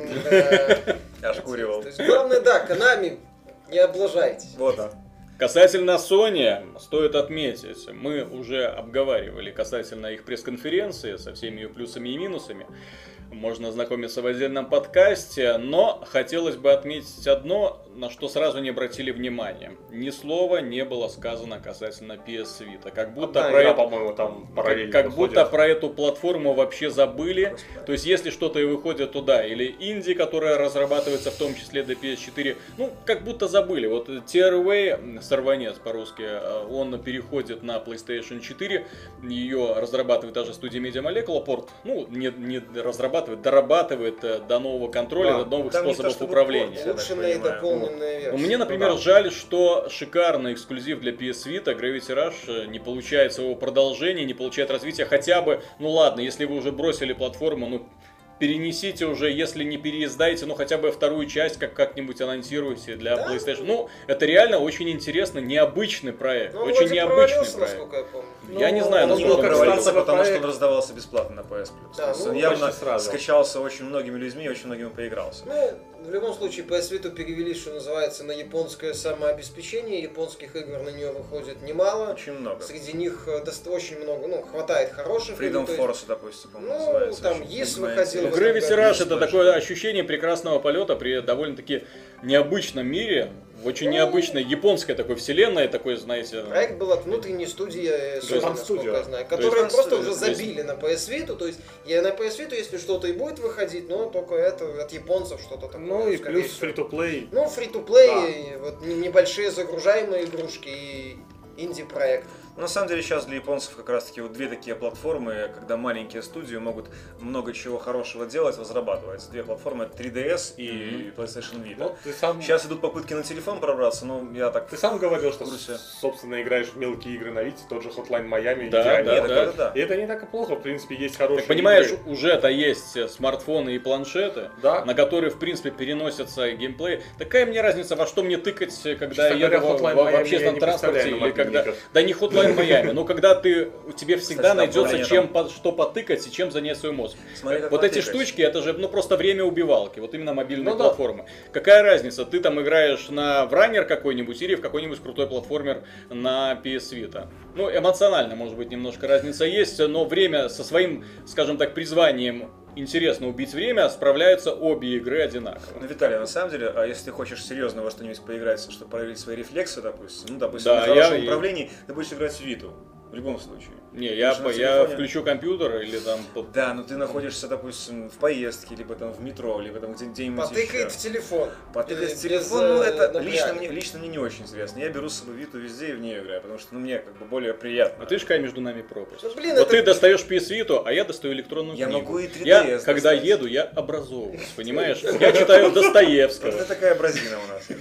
Да. Аж куривал. То есть главное, да, Konami, не облажайтесь. Вот, да. Касательно Sony, стоит отметить, мы уже обговаривали касательно их пресс-конференции со всеми ее плюсами и минусами. Можно ознакомиться в отдельном подкасте, но хотелось бы отметить одно, на что сразу не обратили внимания. Ни слова не было сказано касательно пи эс Vita. Как будто, Одна про, игра, это- по-моему, там параллельно как выходит. будто про эту платформу вообще забыли. Просто да. То есть, если что-то и выходит туда, или инди, которая разрабатывается в том числе для пи эс четыре, ну, как будто забыли. Вот ти ар ви, сорванец по-русски, он переходит на PlayStation четыре, ее разрабатывает даже студия Media Molecule, порт, ну, не, не разрабатывает, дорабатывает э, до нового контроля, Да. до новых Там не то способов чтобы управления. порт, я так Улучшенная и понимаю. дополненная версия. Ну, мне, например, Ну да. жаль, что шикарный эксклюзив для пи эс Vita Gravity Rush не получает своего продолжения, не получает развития. Хотя бы, ну ладно, если вы уже бросили платформу, ну перенесите уже, если не переиздаете, ну хотя бы вторую часть как- как-нибудь анонсируйте для Да. PlayStation. Ну, это реально очень интересный, необычный проект. Ну, он очень вроде необычный провалился, проект. насколько я помню. Я не знаю, он Он насколько был немного как провалился, стартовый потому что он проект. раздавался бесплатно на пи эс Plus. Да, То есть ну, он явно почти сразу. скачался очень многими людьми и очень многими поигрался. Ну, в любом случае, пи эс Vita перевели, что называется, на японское самообеспечение. Японских игр на нее выходит немало. Очень много. Среди них э, доста- очень много, ну, хватает хороших игр. Freedom то есть- Force, допустим, по-моему, Ну, называется. там Очень Ис знаете, выходил. Ну, в Gravity этом году. Rush Есть это точно. такое ощущение прекрасного полета при довольно-таки необычном мире, в очень Ну, необычной японской такой вселенной, такой, знаете... Проект был от внутренней студии э, Sony, там насколько студия. я знаю, То есть которые там просто студия, уже то есть- забили на пи эс Vita, то есть я на пи эс Vita, если что-то и будет выходить, но только это от японцев что-то такое. Ну и скорее плюс всего. free-to-play. Ну, фри-то-плей, Да. и вот не- небольшие загружаемые игрушки и инди-проекты. Ну, на самом деле сейчас для японцев как раз таки вот две такие платформы, когда маленькие студии могут много чего хорошего делать, разрабатывать. Две платформы, это три ди эс и PlayStation Vita. Ну, ты сам, Сейчас идут попытки на телефон пробраться, но я так... ты сам говорил, что, в курсе. собственно, играешь в мелкие игры на Вите, тот же Hotline Miami. Да, идеально. да, Нет, да. это да. И это не так и плохо, в принципе, есть хорошие Так понимаешь, игры. уже-то есть э, смартфоны и планшеты, Да. на которые, в принципе, переносятся геймплей. Такая мне разница, во что мне тыкать, э, когда Честно я еду говоря, в, Hotline в- в Miami я общественном не транспорте представляю на или когда... мобильниках. Да не Hotline Miami, но когда ты, у тебя всегда Кстати, да, найдется плане чем, там- по- что потыкать и чем занять свой мозг. Смотри, как Вот эти потыкать. штучки, это же ну просто время убивалки, вот именно мобильные Ну да. платформы. Какая разница, ты там играешь на в раннер какой-нибудь или в какой-нибудь крутой платформер на пи эс Vita. Ну, эмоционально, может быть, немножко разница есть, но время со своим, скажем так, призванием интересно убить время, справляются обе игры одинаково. Ну, Виталий, на самом деле, а если ты хочешь серьезно во что-нибудь поиграть, чтобы проверить свои рефлексы, допустим, ну, допустим, Да, на хорошем я- управлении, ты будешь играть в Виту. В любом случае. Не, я, Потому что на я телефоне- включу компьютер или там... под- Да, но ты находишься, допустим, в поездке, либо там в метро, либо там где- где-нибудь Потыкает еще. в телефон. Потыкать Без, в телефон, ну э, это напряга. лично мне, лично мне не очень интересно. Я беру с собой Виту везде и в нее играю, потому что ну, мне как бы более приятно. А ты ж какая между нами пропасть. Ну, блин, Вот это- ты достаешь пи эс Vita, а я достаю электронную Я книгу. могу и три ди Я, эс когда достать. еду, я образовываюсь, понимаешь? Я читаю Достоевского. Вот это такая бразина у нас.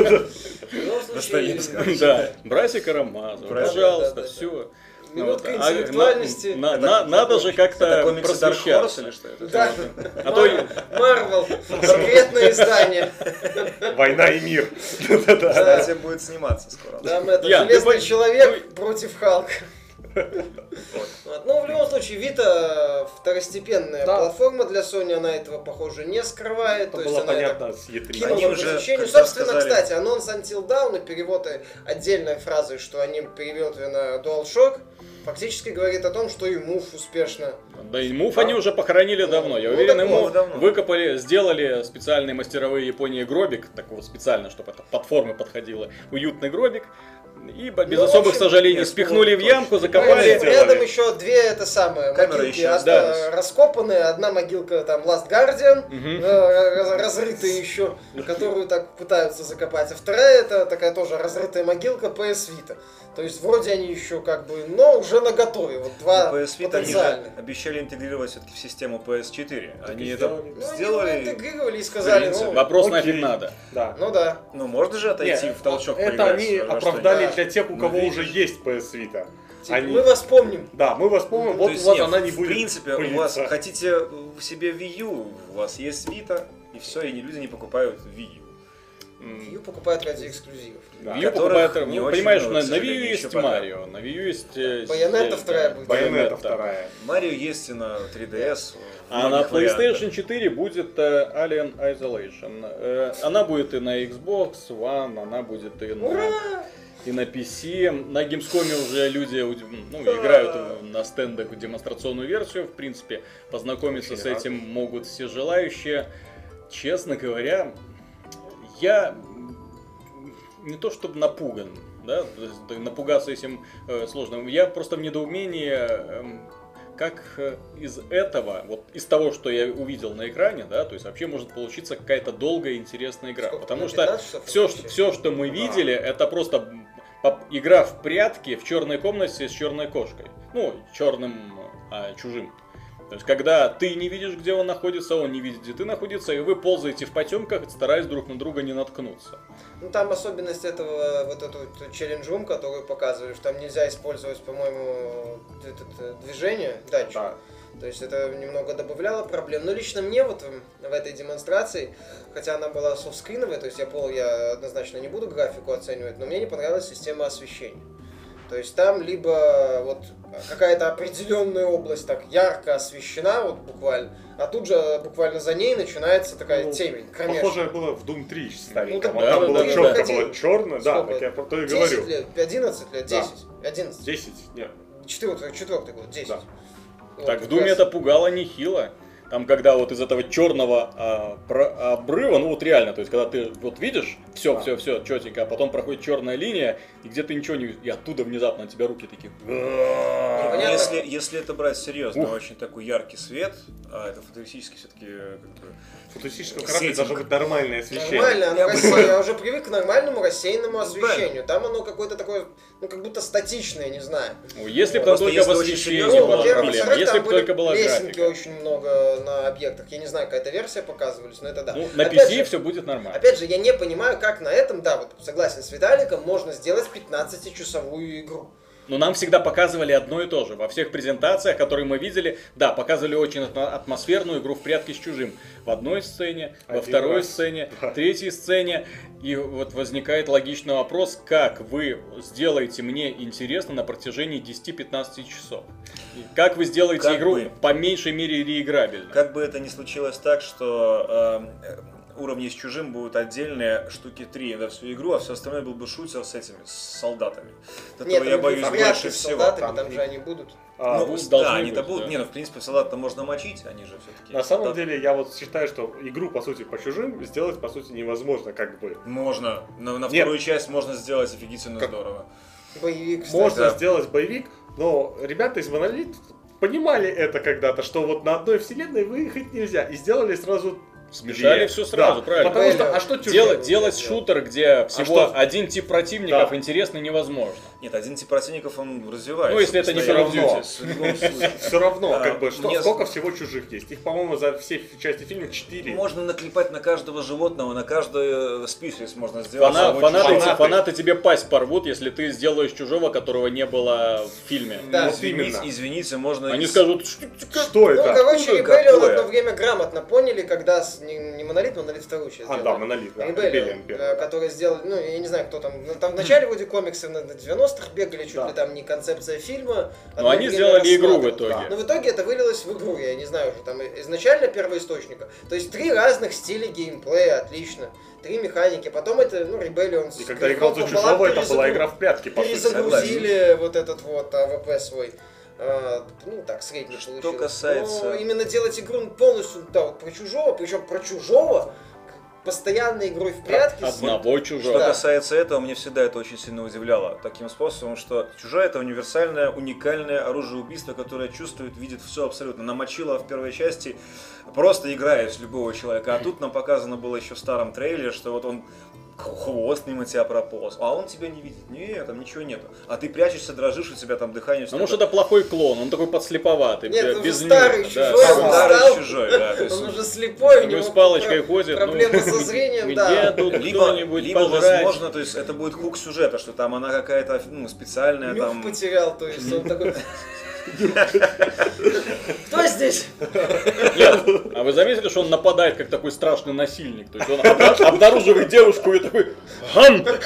В любом случае, Достоевского. Да, братья Карамазова, Братья, пожалуйста, да, да, да. все. Минутка интеллектуальности. Надо же Это как-то комиксы Dark Horse просвещаться. или что это? Да. А то Марвел, секретное издание. Война и мир. Кстати, будет сниматься скоро. Там это Ян, ты Железный пон- человек против Халка. Вот. Ну, в любом случае, Vita второстепенная Да. платформа для Sony, она этого, похоже, не скрывает. Это То есть было она это понятно с и три. кинула Они в уже, посещение. когда Собственно, сказали- кстати, анонс Until Dawn и перевод отдельной фразы, что они переведут её на DualShock, фактически говорит о том, что и Move успешно. Да и Move они уже похоронили давно. Я Ну, уверен, так ему Move давно. выкопали, сделали специальные мастеровые Японии гробик, такого специально, чтобы это под формы подходило. Уютный гробик. И без Ну, в особых общем, сожалений нет, спихнули в точно. ямку, Рядом, закопали. рядом еще две это самые Камеры могилки еще, од- да. раскопанные. Одна могилка там Last Guardian, Мгм. э, раз- разрытая еще, которую так пытаются закопать. А вторая это такая тоже разрытая могилка пи эс Vita. То есть вроде они еще как бы, но уже наготове. Вот два пи эс Vita они же потенциальных. обещали интегрировать все-таки в систему пи эс четыре. Так Они и это сделали. Ну, они его сделали. интегрировали и сказали, принципе. ну, Вопрос Окей. нафиг надо. Да. ну да. Ну, можно же отойти Нет, в толчок это поиграть они во оправдали что-нибудь. для тех, у Ну, кого видишь. уже есть пи эс Vita. Типа, Они- мы вас помним. Да, мы вас помним, То вот есть у вас нет, она не в будет принципе, у вас пылиться. хотите в себе Wii U, у вас есть Vita, и все, и люди не покупают Wii U. Ее покупают ради эксклюзивов. Да. Wii U Которых покупает, не ну, очень понимаешь, много, на, к на Wii U сожалению, есть еще пока. Марио, на Wii U есть... э, Байонета Зельда, вторая будет. Байонета вторая. Марио есть и на три ди эс. в А на многих вариантах. PlayStation четыре будет э, Alien Isolation. Э, она будет и на Xbox One, она будет и на, Ура! и на пи си. На Gamescom уже люди удив- ну, играют на стендах в демонстрационную версию. В принципе, познакомиться Очень с рад. этим могут все желающие. Честно говоря, я не то чтобы напуган, да, то есть напугаться этим э, сложно. Я просто в недоумении, эм, как э, из этого, вот из того, что я увидел на экране, да, то есть вообще может получиться какая-то долгая интересная игра. Сколько, Потому на что пятнадцать часов все, вообще? что, все, что мы Да. видели, это просто поп- игра в прятки в черной комнате с черной кошкой. Ну, черным, а чужим. То есть, когда ты не видишь, где он находится, он не видит, где ты находишься, и вы ползаете в потемках, стараясь друг на друга не наткнуться. Ну там особенность этого, вот эту вот челлендж-рум, которую показывали, что там нельзя использовать, по-моему, это, это, движение, датчик. Да. То есть это немного добавляло проблем. Но лично мне вот в, в этой демонстрации, хотя она была софтскриновая, то есть я понял, я однозначно не буду графику оценивать, но мне не понравилась система освещения. То есть там либо вот какая-то определенная область так ярко освещена, вот буквально, а тут же буквально за ней начинается такая Ну, темень, кромешная. Похоже было в Doom три стареньком. Ну, да, там да, было да, четко, да. было черное, да, Сколько? так я про то и десять говорю. лет, одиннадцать лет, Да. десять, одиннадцать. десять, нет. Четвертый, четвертый год, десять. Да. Вот, Так как в Думе раз. это пугало нехило. Там, когда вот из этого черного а, про- обрыва, ну вот реально, то есть, когда ты вот видишь, все, Да. все, все, четенько, а потом проходит черная линия, и где ты ничего не видишь, и оттуда внезапно на тебя руки такие. Понятно. Если, если это брать серьезно, Ух. очень такой яркий свет, а это футуристически все-таки как бы, В футуристическом корабле Сеттинг. должно быть нормальное освещение. Нормально, оно Я рассеяно. понимаю. Я уже привык к нормальному рассеянному освещению. Там оно какое-то такое, ну как будто статичное, не знаю. Ну, если бы там Просто только если в очень освещении серьезно, Ну, была во-первых, проблема, во-вторых, если там бы были только была лесенки графика. очень много на объектах. Я не знаю, какая-то версия показывались, но это да. Ну, на Опять пи си же, все будет нормально. Опять же, я не понимаю, как на этом, да, вот согласен с Виталиком, можно сделать пятнадцатичасовую игру. Но нам всегда показывали одно и то же. Во всех презентациях, которые мы видели, да, показывали очень атмо- атмосферную игру в прятки с чужим. В одной сцене, во Один второй раз. сцене, Да. в третьей сцене. И вот возникает логичный вопрос, как вы сделаете мне интересно на протяжении десяти-пятнадцати часов? И как вы сделаете Как игру бы. по меньшей мере реиграбельной? как бы это ни случилось так, что э, уровни с чужим будут отдельные штуки три на всю игру, а все остальное был бы шутер с этими, с солдатами. Этого Нет, я там боюсь вряд ли больше с всего. солдатами, Там там и- же они будут. А, Ну, ну, да, должны они-то быть, будут. да. Не, ну в принципе солдат-то можно мочить, они же все-таки. На самом деле, я вот считаю, что игру, по сути, по чужим сделать, по сути, невозможно, как бы. Можно. На, на Нет. вторую часть можно сделать офигительно Как- здорово. Боевик, кстати. Можно да. сделать боевик, но ребята из Monolith понимали это когда-то, что вот на одной вселенной выехать нельзя, и сделали сразу Смешали две. все сразу, Да, правильно. Потому что, Правильно. а что чужие? Делать, делать шутер, где всего что? один тип противников, Да. интересно невозможно. Нет, один тип противников он развивается. Ну, если это не постоянно. Call of Duty. В любом случае. Все равно, А, как бы, что, мне- сколько всего чужих есть? Их, по-моему, за все части фильма четыре. Можно наклепать на каждого животного, на каждый список можно сделать. Фана- свой фанаты, чужой. фанаты. фанаты тебе пасть порвут, если ты сделаешь чужого, которого не было в фильме. Да. Вот Извините, именно. извините, можно... Они из- скажут, «Что- Что Ну, это? короче, Какое? Rebellion Какое? одно время грамотно поняли, когда с- не, не Монолит, Монолит вторую часть А, сделали. да, Монолит, да. Rebellion, Rebellion э, первый. которые сделали, ну, я не знаю, кто там, ну, там в начале вроде комиксы на на девяностых бегали, чуть Да. ли там не концепция фильма. Но одно они время сделали игру в рассматривали. итоге. Но в итоге это вылилось в игру, я не знаю уже, там изначально первоисточника. То есть три разных стиля геймплея, отлично. Три механики, потом это, ну, Rebellion. с И когда играл за грехом пополам чужого, это была перезагру- игра в прятки, по сути. Перезагрузили вот этот вот АВП свой. А, ну так, средний Что получилось. касается- Но именно делать игру полностью, да, вот про чужого, причем про чужого, постоянной игрой в прятки. Одного с... чужого. Что Да. касается этого, мне всегда это очень сильно удивляло. Таким способом, что чужое это универсальное, уникальное оружие убийства, которое чувствует, видит все абсолютно. Намочило в первой части, просто играет с любого человека. А тут нам показано было еще в старом трейлере, что вот он хвост мимо тебя прополз, а он тебя не видит. Нет, там ничего нету. А ты прячешься, дрожишь, у тебя там дыхание... Ну, может, это плохой клон, он такой подслеповатый, Нет, без он старый, нюха, чужой, да. он Старый стал- чужой, да. То есть Он уже слепой, у Такой него с палочкой про- ходит. проблемы ну, со зрением, где да. тут Либо, кто-нибудь либо пожрать? возможно, то есть это будет хук сюжета, что там она какая-то ну, специальная Нюх там... потерял, то есть он такой... Кто здесь? Нет, а вы заметили, что он нападает как такой страшный насильник? То есть он обна- обнаруживает девушку и такой «Гам!» Ну,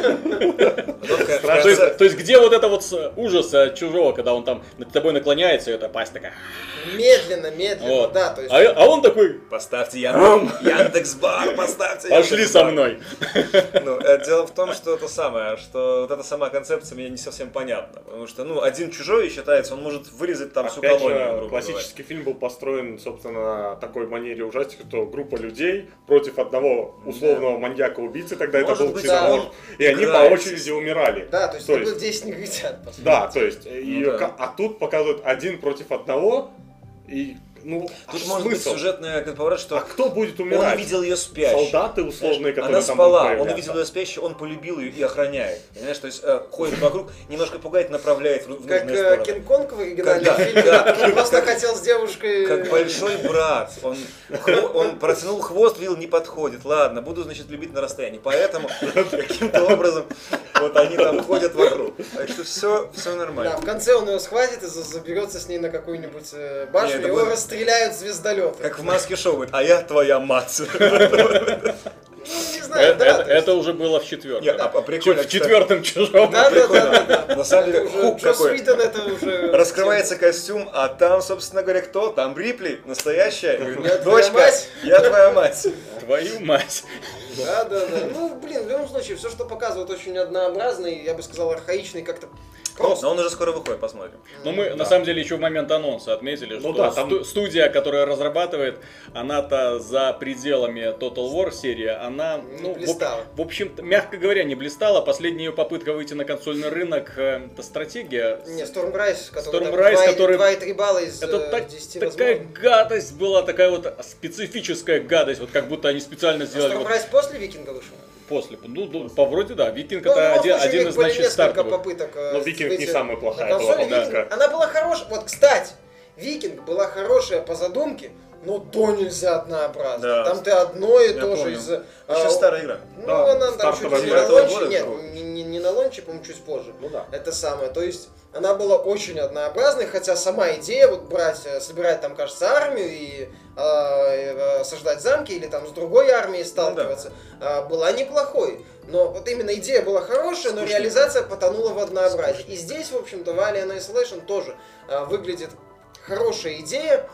в конце- То есть, то есть где вот это вот с- ужас от чужого, когда он там над тобой наклоняется, и эта пасть такая. Медленно, медленно, Вот. да, то есть... А, а он такой Поставьте Яндекс, Яндекс.Бар, поставьте «Пошли Яндекс.Бар». со мной. Ну, э, дело в том, что это самое, что вот эта сама концепция мне не совсем понятна. Потому что, ну, один чужой считается, он может вырезать там всю Опять колонию, же, грубо классический фильм был построен, собственно, на такой манере ужастика, что группа людей против одного условного маньяка-убийцы, тогда Может это был быть, ксеноморф, да. и они по Играет. очереди умирали. Да, то есть То таких есть- здесь негритят, по сути. Да, то есть, и, Ну да. ка- а тут показывают один против одного, и, ну, Тут а может быть смысл? сюжетная как поворот, что А кто будет он умирать? увидел ее спящей. Солдаты условные, которые Она там спала, будут он появляться. увидел ее спящей, он полюбил ее и охраняет. Понимаешь, то есть э, ходит вокруг, немножко пугает, направляет в, в Как нужные э, стороны. Кинг-Конг в оригинальном Когда- фильме, да. он просто хотел с девушкой... Как большой брат. Он, хво- он протянул хвост, видел, не подходит. Ладно, буду, значит, любить на расстоянии. Поэтому каким-то образом вот они там ходят вокруг. Так что все, все Да, нормально. в конце он ее схватит и за- заберется с ней на какую-нибудь э, башню, Не, это его будет- расстреляют звездолеты. Как в маске шоу будет, а я твоя мать. Ну, не знаю, Это, да. это- то есть- это уже было в четвертом. Не, а, а прикольно, В кстати, четвертом чужом. Да, да, да, прикольно. да, да. На самом деле, Это уже хук Джос какой. Уидон, это уже... Раскрывается костюм, а там, собственно говоря, кто? Там Рипли, настоящая. Говорит, Я твоя дочка, мать». я твоя мать. Твою мать. Да, да, да. Ну, блин, в любом случае, все, что показывают, очень однообразный, я бы сказал, архаичный как-то просто. Но он уже скоро выходит, посмотрим. Но мы на самом деле еще в момент анонса отметили, что Ну да, там- сту- студия, которая разрабатывает, она-то за пределами Total War серии, она, Не ну, в, блистала. в общем, мягко говоря, не блистала. Последняя ее попытка выйти на консольный рынок, э, это стратегия. Не, Stormrise, который там Stormrise, два и- который- два и три балла из Это э, так- десяти такая возможных. гадость была, такая вот специфическая гадость, вот как будто они специально А сделали вот Stormrise после Викинга вышел? после. Ну, ну, по вроде да, Викинг Ну, в это любом один, случае, у один них из, были значит, несколько стартовых. попыток. э, Но Викинг не выйти самая плохая на была консоли. попытка. Викинг- Она была хорошая. Вот, кстати, Викинг была хорошая по задумке, но до нельзя однообразно. Да. Там ты одно и Я то же помню. из... Очень а, старая игра. Ну, Да, она там чуть стартовая ли не игра на этого лонче, года, нет, этого. не, не- не на лонче, по-моему, чуть позже. Ну да. Это самое, то есть она была очень однообразной, хотя сама идея вот брать, э, собирать там, кажется, армию и э, э, осаждать замки или там с другой армией сталкиваться, э, была неплохой. Но вот именно идея была хорошая, но Скучно. реализация потонула в однообразии. И здесь, в общем-то, в Alien Isolation тоже э, выглядит хорошая идея,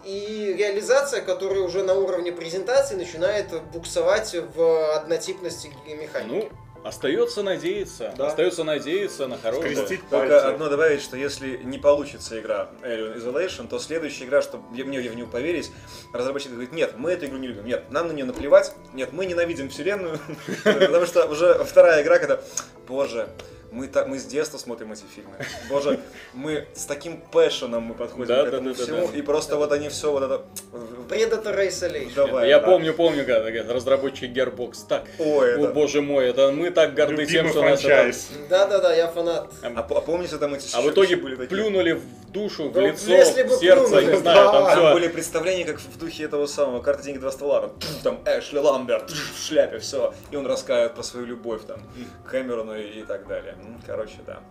и реализация, которая уже на уровне презентации начинает буксовать в однотипности механики. Ну, остается надеяться. Да. Остается надеяться на хорошее. Скрестить Только пальцы. одно добавить, что если не получится игра Alien Isolation, то следующая игра, чтобы мне в нее поверить, разработчик говорит, нет, мы эту игру не любим, нет, нам на нее наплевать, нет, мы ненавидим вселенную, потому что уже вторая игра, когда, боже, мы, так, мы с детства смотрим эти фильмы. Боже, мы с таким пэшеном мы подходим Да, к да, этому да, да, всему, да. и просто вот они все вот это... Predator Isolation. Давай, Я да. помню, помню, когда говорят, разработчики Gearbox так. Ой, О это... боже мой, это мы так горды тем, Любимый что нас это... франчайз. Да-да-да, я фанат. А, п- а помните там эти А в итоге были такие? плюнули в душу, в Да лицо, если бы в сердце, плюнули, не знаю, там да. Там все. были представления, как в духе этого самого «Карты, деньги, два ствола». Там, там Эшли Ламберт в шляпе, все. И он рассказывает про свою любовь там, к Кэмерону и, и так далее. М, Короче, да.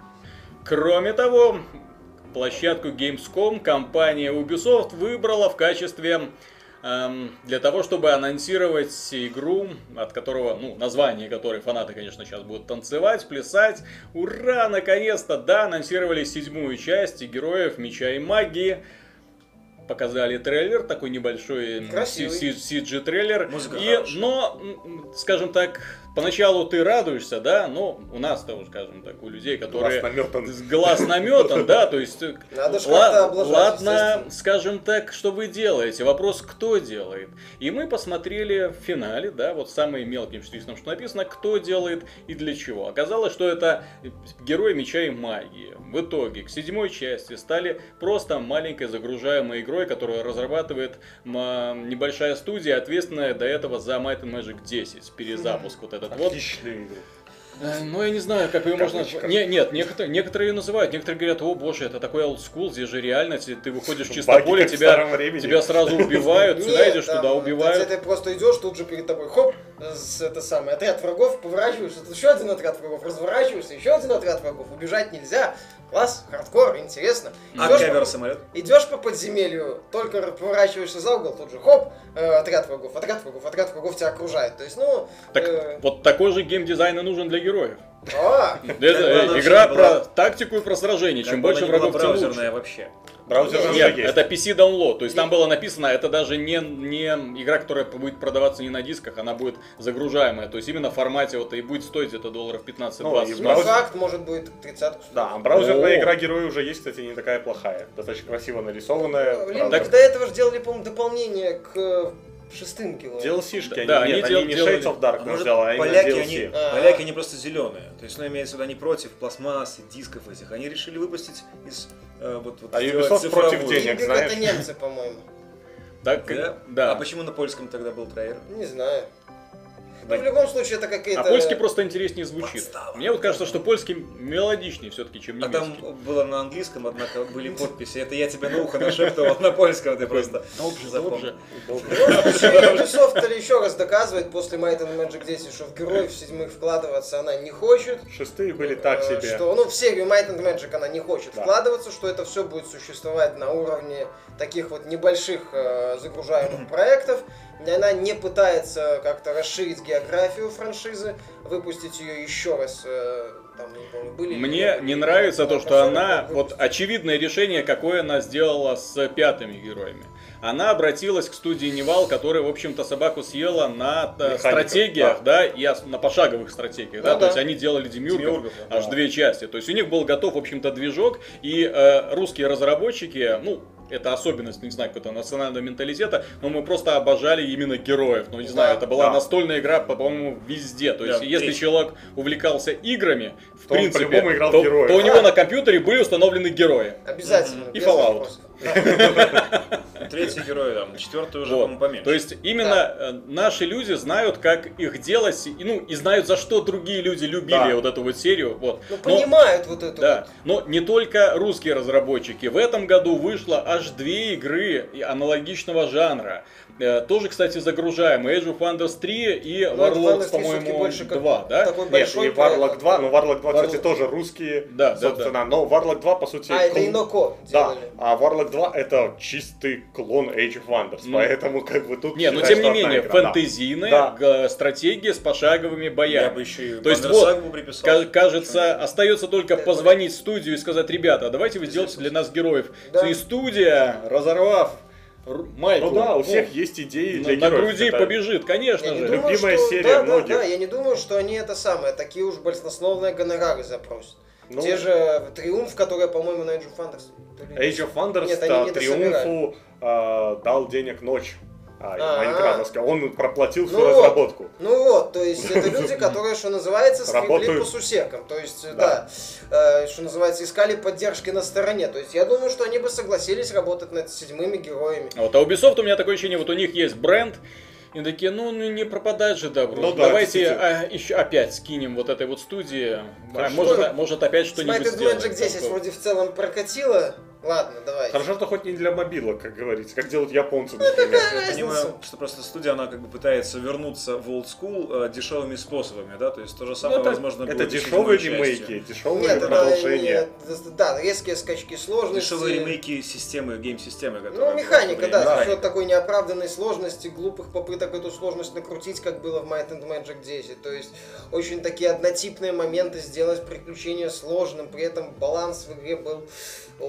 Кроме того, площадку Gamescom компания Ubisoft выбрала в качестве эм, для того, чтобы анонсировать игру, от которого, ну, название которой фанаты, конечно, сейчас будут танцевать, плясать. Ура, наконец-то, да, анонсировали седьмую часть Героев Меча и Магии. показали трейлер, такой небольшой си джи трейлер. И, но, скажем так, поначалу ты радуешься, да, но у нас тоже, скажем так, у людей, которые... Глаз наметан. Глаз наметан, да, то есть... Надо же ла- как-то облажать, ладно, скажем так, что вы делаете, вопрос, кто делает. И мы посмотрели в финале, да, вот самым мелким шрифтом, что написано, кто делает и для чего. Оказалось, что это герой меча и магии. В итоге к седьмой части стали просто маленькой загружаемой игрой, которую разрабатывает м- небольшая студия, ответственная до этого за Might and Magic десять, перезапуск вот этот вот. Отличная игра. Э, Ну, я не знаю, как ее можно... Не, нет, некоторые, некоторые ее называют, некоторые говорят, о боже, это такой олдскул, здесь же реально, ты, ты выходишь в чисто Баги, поле, как в тебя, старом времени. тебя сразу убивают, сюда Нет, идешь, там, туда убивают. Ты, ты просто идешь, тут же перед тобой, хоп, с, это самое, отряд врагов, поворачиваешься, тут еще один отряд врагов, разворачиваешься, еще один отряд врагов, убежать нельзя. Класс, хардкор, интересно. А Идешь кавер по- самолет? Идешь по подземелью, только поворачиваешься за угол, тут же хоп, э, отряд врагов, отряд врагов, отряд врагов тебя окружает. То есть, ну... Так э, вот такой же геймдизайн и нужен для героев. а, Это, Как бы она э, вообще игра не была- про тактику и про сражение. Чем Как бы больше она не была врагов, тем браузерная лучше. вообще. Браузер Нет, уже Нет, есть. это пи си download, то есть там было написано, это даже не, не игра, которая будет продаваться не на дисках, она будет загружаемая, то есть именно в формате вот и будет стоить где-то долларов пятнадцать-двадцать. Ну, и не браузер- факт, может будет тридцатку. Да, браузерная О. игра героя уже есть, кстати, не такая плохая. Достаточно красиво нарисованная. Блин, правда. так до этого же делали, по-моему, дополнение к э, шестым героям. ди эл си-шки, Да, они, они нет, дел- они не делали- Shades of А Darkness может, сделали, а именно поляки, ди эл они, си. А. поляки, они просто зеленые. То есть, ну, имеется в виду, они против пластмассы, дисков этих. Они решили выпустить из э, вот, вот А сделать Ubisoft цифровую. против денег. Гимбик знаешь? это немцы, по-моему. Так, Да? да. А почему на польском тогда был трейлер? Не знаю. Ну, в любом случае, это какие-то... А польский просто интереснее звучит. Подстава. Мне вот кажется, что польский мелодичнее все-таки, чем А немецкий. там было на английском, однако были подписи. Это я тебе на ухо нашептывал на польском, ты просто Добже, запомнил. добже. Ubisoft еще раз доказывает после Might and Magic десять, что в героев седьмых вкладываться она не хочет. Шестые были так Э, себе. Что, ну, в серию Might and Magic она не хочет Да. вкладываться, что это все будет существовать на уровне таких вот небольших э, загружаемых проектов. И она не пытается как-то расширить географию франшизы, выпустить ее еще раз. э, там, не помню, были ли Мне были не ли нравится на то, что консолях, она, но вот выпустить. очевидное решение, какое она сделала с пятыми героями. Она обратилась к студии Невал, которая, в общем-то, собаку съела на э, Механиках, стратегиях, да, и ос- на пошаговых стратегиях, да, Ну то да. есть они делали демиургов, Демиургов, аж да. две части, то есть у них был готов, в общем-то, движок, и э, русские разработчики, ну, это особенность, не знаю, какого-то национального менталитета, но мы просто обожали именно героев. Ну, не знаю, Да, это была да. настольная игра, по-моему, везде. То есть, Да, если есть. человек увлекался играми, в То он принципе, по-любому играл в то, героев. то у него А. на компьютере были установлены герои. Обязательно. И без Fallout. вопросов. Третий герой там, четвертый уже, Вот. по-моему, поменьше. То есть именно э, наши люди знают, как их делать, и, ну, и знают, за что другие люди любили Да. вот эту вот серию. Вот. Ну, Но- понимают вот это Да, вот. но не только русские разработчики. В этом году вышло аж две игры и аналогичного жанра. Э, Тоже, кстати, загружаемые. Age of Wonders три и Ну, Age of Warlords, Wonders три всё-таки по-моему, больше как два, да? такой Нет, большой и Warlock проект. два, ну Warlock два, кстати, Warlock- тоже русские, Да, да, собственно, но Warlock два, по сути, А, это клон- Иноко Да, делали. а Warlock два это чистый клон Age of Wonders, Ну. поэтому как бы тут Не, но считай, тем не что одна менее, игра, да. фэнтезийная Да. г- стратегия с пошаговыми Я боями. бы еще и То есть Бандер вот, Сагу приписал. Ка- кажется, остается только Да, позвонить в студию и сказать: ребята, а давайте вы сделаете для нас героев. Да. И студия, разорвав р- майку, Ну да, у всех есть идеи на, для на героев. груди это- побежит, конечно Я не же. думаю, Любимая что... серия да, многих. Да, да, я не думаю, что они это самое, такие уж баснословные гонорары запросят. Ну, Те же Триумф, который, по-моему, на Age of Wonders. то ли- Age of Wonders Нет, они не Триумфу э, дал денег ночь. А, А-а. Майнкрафтовский. Он проплатил всю Ну вот. разработку. Ну вот, то есть это люди, которые, что называется, скребли Работают. по сусекам. То есть, Да. да, э, что называется, искали поддержки на стороне. То есть я думаю, что они бы согласились работать над седьмыми героями. Вот, а Ubisoft, у меня такое ощущение, вот у них есть бренд, и такие, ну, ну не пропадать же добро. Ну да, Давайте действительно. а, еще опять скинем вот этой вот студии. А, Хорошо. может, а- может опять С что-нибудь Might and сделаем. Magic десять вроде в целом прокатило. Ладно, давай. Хорошо, что хоть не для мобилок, как говорится, как делают японцы, например. Я понимаю, что просто студия, она как бы пытается вернуться в old school э, дешевыми способами, да, то есть то же самое, это- возможно, Это будет и дешевые седьмой частью. ремейки, дешевые Нет, это продолжения. не- да, резкие скачки сложности. Дешевые ремейки системы, гейм-системы, Ну, которые... механика, просто да, время- за счет такой неоправданной сложности, глупых попыток эту сложность накрутить, как было в Might and Magic десять. То есть, очень такие однотипные моменты сделать приключения сложным, при этом баланс в игре был... о, Опять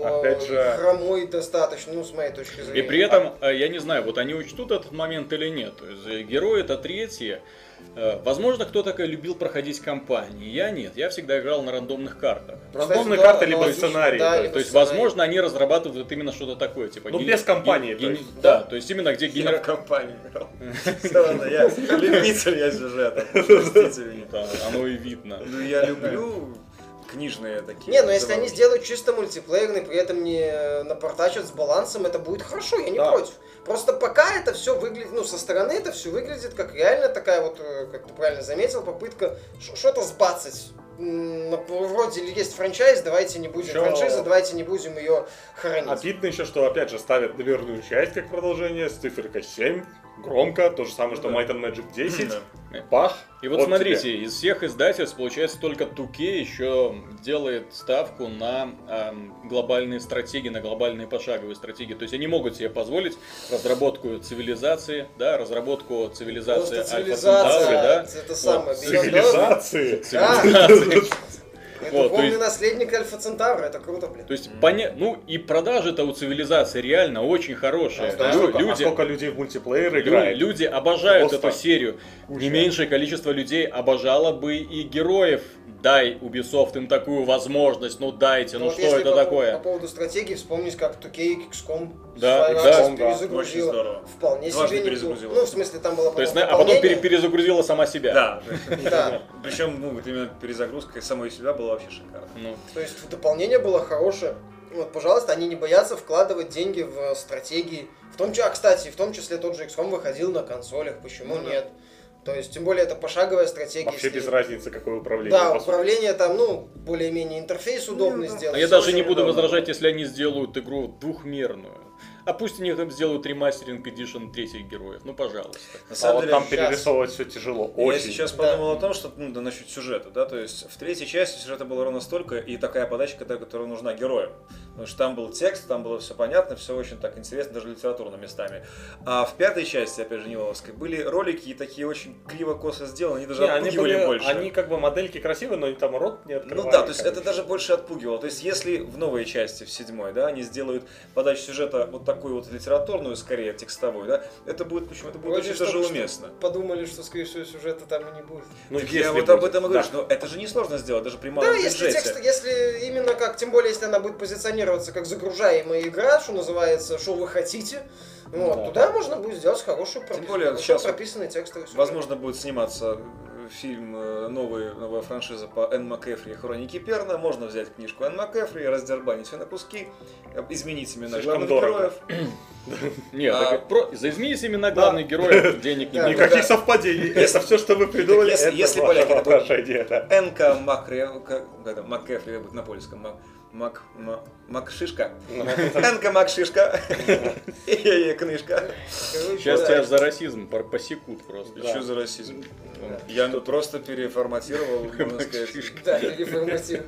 уже... хромой достаточно, ну, с моей точки зрения. И при этом, э, я не знаю, вот они учтут этот момент или нет. То есть э, герои это третьи. Э, Возможно, кто-то любил проходить кампании. Я нет. Я всегда играл на рандомных картах. Рандомные Кстати, да, карты, либо аналогично, сценарии. да, то либо есть. То есть, сценарий. возможно, они разрабатывают именно что-то такое, типа. Ну, ген- без кампании, ген- то есть. Да, то есть именно где Я в генера... компании играл. Всё равно, я любитель я сюжета. Простите меня. Да, оно и видно. Ну, я люблю книжные такие. Не, но если они заварушки. сделают чисто мультиплеерный, при этом не напортачат с балансом, это будет хорошо, я не Да. против. Просто пока это все выглядит, ну, со стороны это все выглядит как реально такая вот, э, как ты правильно заметил, попытка ш- что-то сбацать. М, Вроде есть франчайз, давайте не будем Ещё- франшиза, давайте не будем ее хранить. Обидно еще, что опять же ставят дверную часть как продолжение с циферкой семь. Громко, то же самое, что Да. Might and Magic десять. Да. Бах. И вот, смотрите, тебе. из всех издательств, получается, только ту кей еще делает ставку на эм, глобальные стратегии, на глобальные пошаговые стратегии. То есть они могут себе позволить разработку цивилизации, да, разработку цивилизации Просто Альфа цивилизация, Центаври, да. это самое, Вот, Beyond Earth. Цивилизации. Да. Цивилизации. Это Вот, то полный есть- наследник Альфа Центавра, это круто, блин. То есть, поня... ну и продажи-то у цивилизации реально очень хорошие. А знаешь, Лю- сколько, а люди, сколько людей в мультиплеер лю- играет? люди обожают Просто эту серию. куча. Не меньшее количество людей обожало бы и героев. Дай Ubisoft им такую возможность, ну дайте, ну, вот что если это по, такое? По поводу стратегии вспомнить, как ту кей и икс ком Да, свой да. раз Да. перезагрузила. Очень здорово. Вполне Дважды себе неплохо. перезагрузила. Ну, в смысле, там было То есть, потом а потом пере- дополнение. перезагрузила сама себя. Да. Да. Причем, ну, вот именно перезагрузка самой себя была вообще шикарна. Ну, То есть дополнение было хорошее. Вот, пожалуйста, они не боятся вкладывать деньги в стратегии. В том числе, а, кстати, в том числе тот же икс ком выходил на консолях, почему Ну да. нет? То есть, тем более, это пошаговая стратегия. Вообще если- без разницы, какое управление. Да, по сути. управление там, ну, более-менее интерфейс удобный Ну, да. сделать. а я всё даже очень не буду удобно. возражать, если они сделают игру двухмерную. А пусть они там сделают ремастеринг эдишн третьих героев. Ну, пожалуйста. На А самом вот деле, там щас- перерисовывать все тяжело. я Очень. сейчас Да. подумал о том, что, ну, да, насчет сюжета, да, то есть в третьей части сюжета было ровно столько, и такая подача, которая, которая нужна героям. Потому что там был текст, там было все понятно, все очень так интересно, даже литературно местами. А в пятой части, опять же, Ниловской, были ролики и такие очень криво-косо сделаны, они даже Не, они, отпугивали были, больше. они как бы модельки красивые, но они там рот не открывали. Ну да, то есть короче. это даже больше отпугивало. То есть если в новой части, в седьмой, да, они сделают подачу сюжета вот такую вот литературную, скорее текстовую, да, это будет, почему это будет Вроде очень даже чтобы- уместно. чтобы Подумали, что, скорее всего, сюжета там и не будет. Ну, Так если я вот будет. об этом и говорю, Да. что это же несложно сделать, даже при Да, малом если бюджете. текст, если именно как, тем более, если она будет позиционироваться как загружаемая игра, что называется, что вы хотите, вот, Да. туда можно будет сделать хорошую пропис- более хорошо сейчас прописанный текстовый сюжет. Возможно, будет сниматься э, фильм, э, новый, новая франшиза по Энн Макэфри и Хроники Перна. Можно взять книжку Энн Макэфри, раздербанить ее на куски, э, изменить имена Слишком главных дорого. героев. Нет, А- так про... за изменить имена главных героев денег не Да. будет. Никаких Да. совпадений. Это все, что вы придумали, если- это если ваша, поляки это ваша идея, да. Энка Макре... как это, Макэфри, будет на польском. Мак... Мак... Ма- Макшишка. Энка Макшишка. И книжка. Короче, Сейчас да. тебя за расизм пор- посекут просто. Да. Что за расизм? Ну, Я ну, просто переформатировал, можно сказать, Да, переформатировал.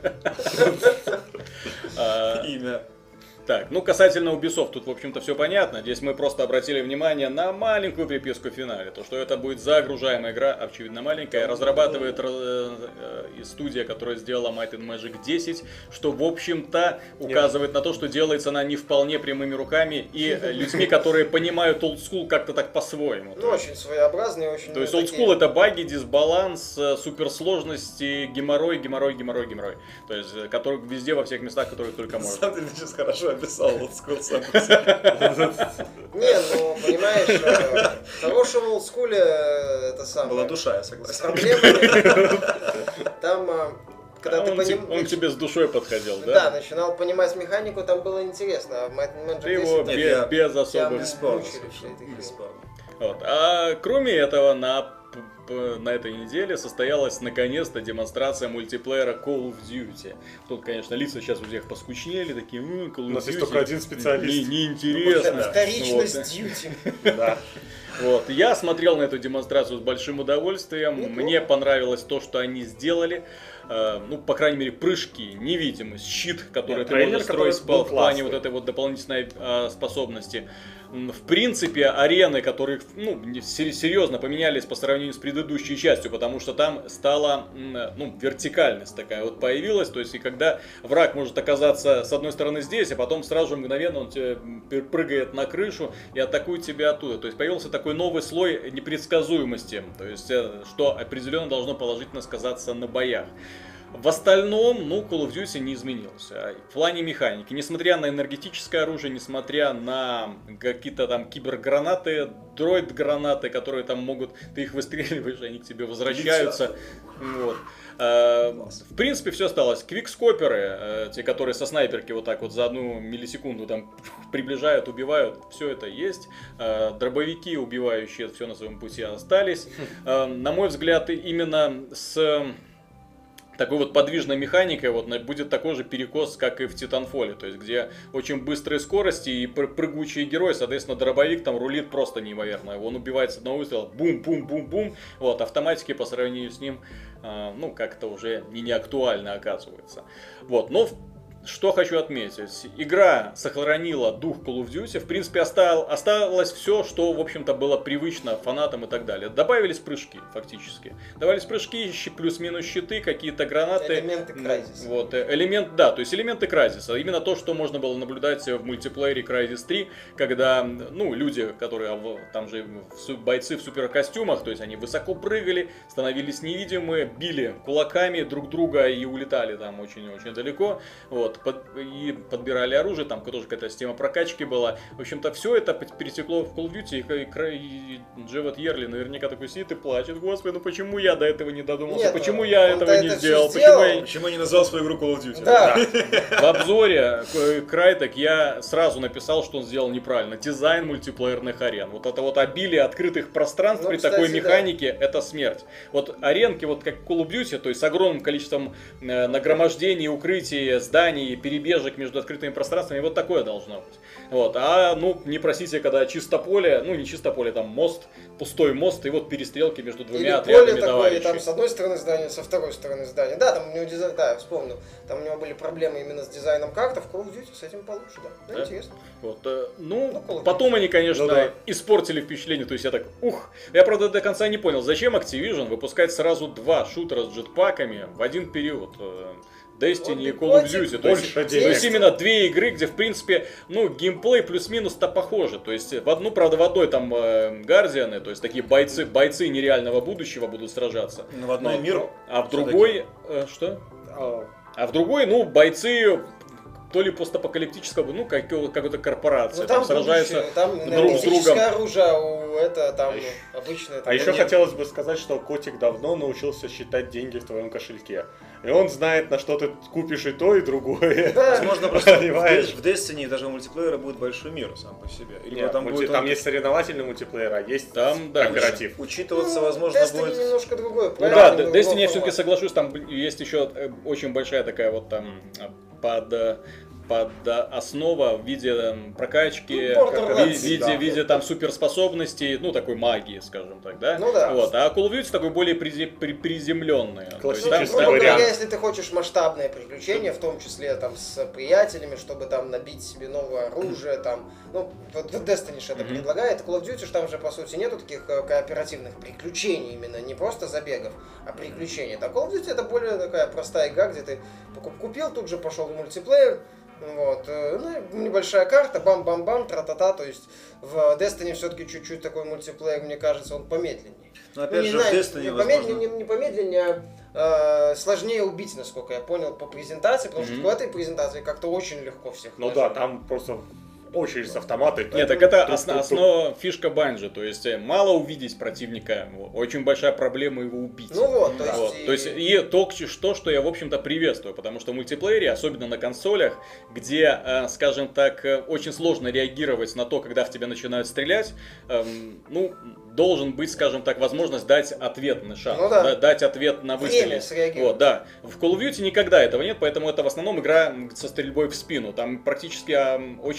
а, имя. Так, ну касательно Ubisoft, тут в общем-то все понятно. Здесь мы просто обратили внимание на маленькую приписку в финале. То, что это будет загружаемая игра, очевидно маленькая. Разрабатывает э, э, и студия, которая сделала Might and Magic десять, что в общем-то указывает на то, что делается она не вполне прямыми руками и э, людьми, которые понимают олдскул как-то так по-своему. Ну, очень своеобразный, очень... То есть такие- олдскул это баги, дисбаланс, э, суперсложности, геморрой, геморрой, геморрой, геморрой. То есть, э, который везде, во всех местах, которые только На можно. самом деле, сейчас хорошо описал олдскул сам. Не, ну, понимаешь, э, в хорошем олдскуле э, это самое... Была душа, я С согласен. проблемами. Там, э, когда А ты он, поним- те- он к тебе с душой подходил, Да, да? начинал понимать механику, там было интересно. А в Might and Magic Ты его десять Нет, без, я- без прям особых... Бесспорно, мучили совершенно, всей этой хренью. бесспорно. Вот. А кроме этого, на, п- п- на этой неделе состоялась наконец-то демонстрация мультиплеера Call of Duty. Тут, конечно, лица сейчас у всех поскучнели, такие, «М, Call of У нас есть Duty, только один специалист». Не, неинтересно. Вторичность Вот. дьюти. Да. Вот. Я смотрел на эту демонстрацию с большим удовольствием. Неплохо. Мне понравилось то, что они сделали. Э, ну, по крайней мере, прыжки, невидимость, щит, который Нет, ты трейлер, можешь строить который был в плане классный. вот этой вот дополнительной э, способности. в принципе, арены, которые, ну, серьезно поменялись по сравнению с предыдущей частью, потому что там стала, ну, вертикальность такая вот появилась, то есть, и когда враг может оказаться с одной стороны здесь, а потом сразу же мгновенно он тебе прыгает на крышу и атакует тебя оттуда. То есть, появился такой новый слой непредсказуемости, то есть, что определенно должно положительно сказаться на боях. В остальном, ну, Call of Duty не изменился. В плане механики, несмотря на энергетическое оружие, несмотря на какие-то там кибергранаты, дроид-гранаты, которые там могут, ты их выстреливаешь, они к тебе возвращаются. Вот. В принципе, все осталось. Квикскоперы, те, которые со снайперки вот так вот за одну миллисекунду там приближают, убивают, все это есть. Дробовики, убивающие, все на своем пути остались. На мой взгляд, именно с такой вот подвижной механикой вот будет такой же перекос, как и в Titanfall, то есть где очень быстрые скорости и прыгучие герои, соответственно, дробовик там рулит просто неимоверно, он убивает с одного выстрела, бум-бум-бум-бум, вот, автоматики по сравнению с ним, э, ну, как-то уже не неактуально оказывается, вот, но что хочу отметить, игра сохранила дух Call of Duty, в принципе остал, осталось все, что в общем-то было привычно фанатам и так далее. Добавились прыжки, фактически. Добавились прыжки, плюс-минус щиты, какие-то гранаты. Элементы Crysis. Вот, элемент, да, то есть элементы Crysis. Именно то, что можно было наблюдать в мультиплеере Crysis три, когда, ну, люди, которые там же бойцы в суперкостюмах, то есть они высоко прыгали, становились невидимые, били кулаками друг друга и улетали там очень-очень далеко. Вот. Под, и подбирали оружие, там тоже какая-то система прокачки была. В общем-то, все это перетекло в Call of Duty, и, и, и Джевет Ерли наверняка такой сидит и плачет. Господи, ну почему я до этого не додумался? Нет, почему я этого не это сделал? Почему я... почему я не назвал свою игру Call of Duty? Да. В обзоре Крайтек я сразу написал, что он сделал неправильно. Дизайн мультиплеерных арен. Вот это вот обилие открытых пространств, ну, при кстати, такой механике, да, это смерть. Вот аренки, вот как Call of Duty, то есть с огромным количеством э, нагромождений, укрытий, зданий, перебежек между открытыми пространствами, вот такое должно быть. Вот. А, ну, не просите, когда чисто поле, ну, не чисто поле, там мост, пустой мост, и вот перестрелки между двумя или отрядами поле товарищей. Такое, там с одной стороны здания, со второй стороны здания. Да, там у него дизайн, да, я вспомнил, там у него были проблемы именно с дизайном карты, в Call of Duty с этим получше, да. Ну, да? Интересно. Вот, э, ну, ну потом они, конечно, ну, да. испортили впечатление, то есть я так, ух, я, правда, до конца не понял, зачем Activision выпускать сразу два шутера с джетпаками в один период. Destiny и Call of Duty. То есть, то есть именно две игры, где в принципе, ну, геймплей плюс-минус-то похоже. То есть в одну, правда, в одной там э, Гардианы, то есть такие бойцы, бойцы нереального будущего будут сражаться. Но в одной мир. А в другой, э, что? А в другой, ну, бойцы то ли постапокалиптического, ну, как, какой-то корпорации, ну, там, там сражаются там друг с другом. Оружие, у это там а обычное. А еще хотелось бы сказать, что котик давно научился считать деньги в твоем кошельке. И он знает, на что ты купишь и то, и другое. Да. Возможно, просто в Destiny даже у мультиплеера будет большой мир сам по себе. Или Нет, там мульти... будет там он... есть соревновательный мультиплеер, а есть там, да, кооператив. Учитываться, ну, возможно, Destiny будет... немножко другое. Ну да, Destiny я все-таки соглашусь, там есть еще очень большая такая вот там под... под основа в виде прокачки, ну, в виде, да. виде там суперспособностей, ну такой магии, скажем так, да? Ну да. Вот. А Call of Duty такой более приземленный. Классический ну, ну, вариант. Если ты хочешь масштабное приключение, в том числе там с приятелями, чтобы там набить себе новое оружие, там, ну, вот Destiny это mm-hmm. предлагает, Call of Duty там же по сути нету таких кооперативных приключений именно, не просто забегов, а приключений. А Call of Duty это более такая простая игра, где ты купил, тут же пошел в мультиплеер. Вот, ну, небольшая карта, бам-бам-бам, тра-та-та, то есть в Destiny все-таки чуть-чуть такой мультиплеер, мне кажется, он помедленнее. Но опять ну, же, не в знаю, Destiny, не, возможно... помедленнее, не, не помедленнее, а э, сложнее убить, насколько я понял, по презентации, потому mm-hmm. что в этой презентации как-то очень легко всех Ну нажали. да, там просто... очередь с автомата. Нет, так это основ, основа фишка Банжи, то есть мало увидеть противника, очень большая проблема его убить. Ну вот, то да. есть... Вот. И... То есть и то, что, что я, в общем-то, приветствую, потому что в мультиплеере, особенно на консолях, где, скажем так, очень сложно реагировать на то, когда в тебя начинают стрелять, эм, ну, должен быть, скажем так, возможность дать ответный шаг, ну, да. дать ответ на выстрел. Вот, да. В Call of Duty никогда этого нет, поэтому это в основном игра со стрельбой в спину. Там практически очень мало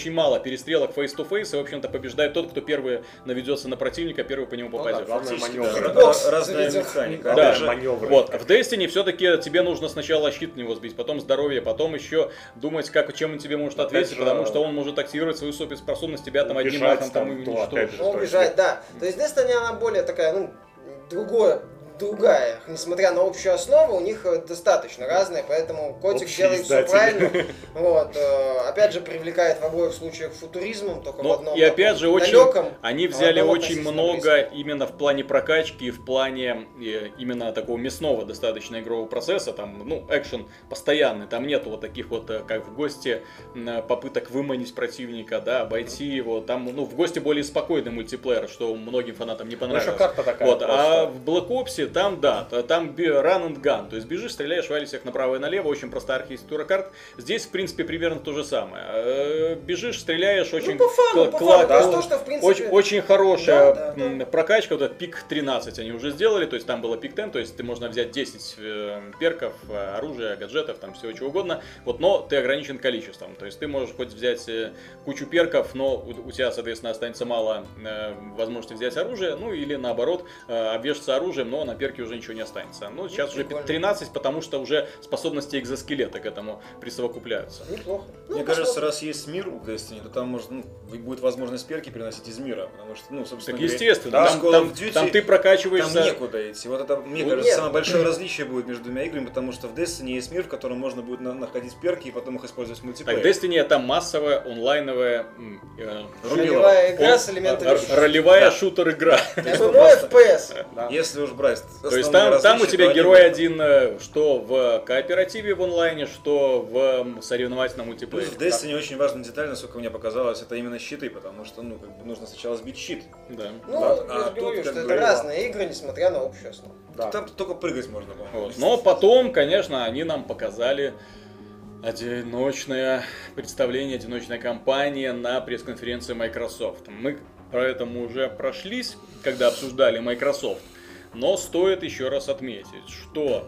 перестрелок face-to-face, и, в общем-то, побеждает тот, кто первый наведется на противника, первый по нему попадет. Ну, да, главное маневр. Да, Бокс разная заведёт. механика. Да, Опять же, маневры. Вот. В Destiny все-таки тебе нужно сначала щит в него сбить, потом здоровье, потом еще думать, как, чем он тебе может Опять ответить, же, потому что он может активировать свою суперспособность, тебя там одним убежать махом там там, и то, уничтожить. опять же. Ну, убежать, да. То есть Destiny, она более такая, ну, другое, другая. Несмотря на общую основу, у них э, достаточно разная, поэтому Котик Общие делает все издатели. правильно. Вот. э, Опять же, привлекает в обоих случаях футуризмом, только в Ну, одном и опять же, очень, далеком, они а в взяли одном очень относительно много близком. именно в плане прокачки, в плане э, именно такого мясного достаточно игрового процесса. Там, ну, экшен постоянный, там нету вот таких вот, э, как в гости, м, попыток выманить противника, да, обойти его. Там, ну, в гости более спокойный мультиплеер, что многим фанатам не Ну, понравилось. еще карта такая. Вот, а просто. в Black Ops там, да, т- там би- run and gun, то есть бежишь, стреляешь, валишь всех направо и налево, очень простая архитектура карт. Здесь, в принципе, примерно то же самое. Э, Бежишь, стреляешь, очень... Ну, по фану, кла- по кла- фану. То есть кла- то, что, в принципе... очень, очень хорошая Да, да, м, да. прокачка, вот этот пик тринадцать они уже сделали, то есть там было пик десять, то есть ты можно взять десять э, перков, э, оружия, гаджетов, там всего чего угодно, вот, но ты ограничен количеством, то есть ты можешь хоть взять э, кучу перков, но у, у тебя, соответственно, останется мало э, возможности взять оружие, ну или наоборот, э, обвешаться оружием, но на перке уже ничего не останется. Ну, сейчас уже прикольно. тринадцать, потому что уже способности экзоскелета к этому присовокупляются. Неплохо. Ну, Мне посмотрим. кажется, раз есть мир у Destiny, то там может, ну, будет возможность перки переносить из мира. Потому что, ну, собственно Так говоря, естественно, да, там, Call там- of Duty там ты прокачиваешься... Там некуда идти. Вот это, мне Ну, кажется, нет. самое большое различие будет между двумя играми, потому что в Destiny есть мир, в котором можно будет на- находить перки и потом их использовать в Так, мультиплеере. Destiny это массовая онлайновая м, э, Ролевая игра он- с элементами р- шутера. ролевая Да. шутер-игра. эм эм о эф пи эс. Да. Если уж брать То есть основные там, там у различия, тебя то герой они- один, э, что в кооперативе в онлайне, что в м, соревновательном Плюс мультиплеере. в Destiny очень важная деталь, насколько мне показалось, это именно щиты, потому что, ну, как бы нужно сначала сбить щит. Да. Ну, Да. я А же тут говорю, как что бы- это разные игры, несмотря на общую основу. Да. Там только прыгать можно, по-моему. Вот. Но потом, конечно, они нам показали одиночное представление, одиночная кампания на пресс-конференции Microsoft. Мы про это мы уже прошлись, когда обсуждали Microsoft. Но стоит еще раз отметить, что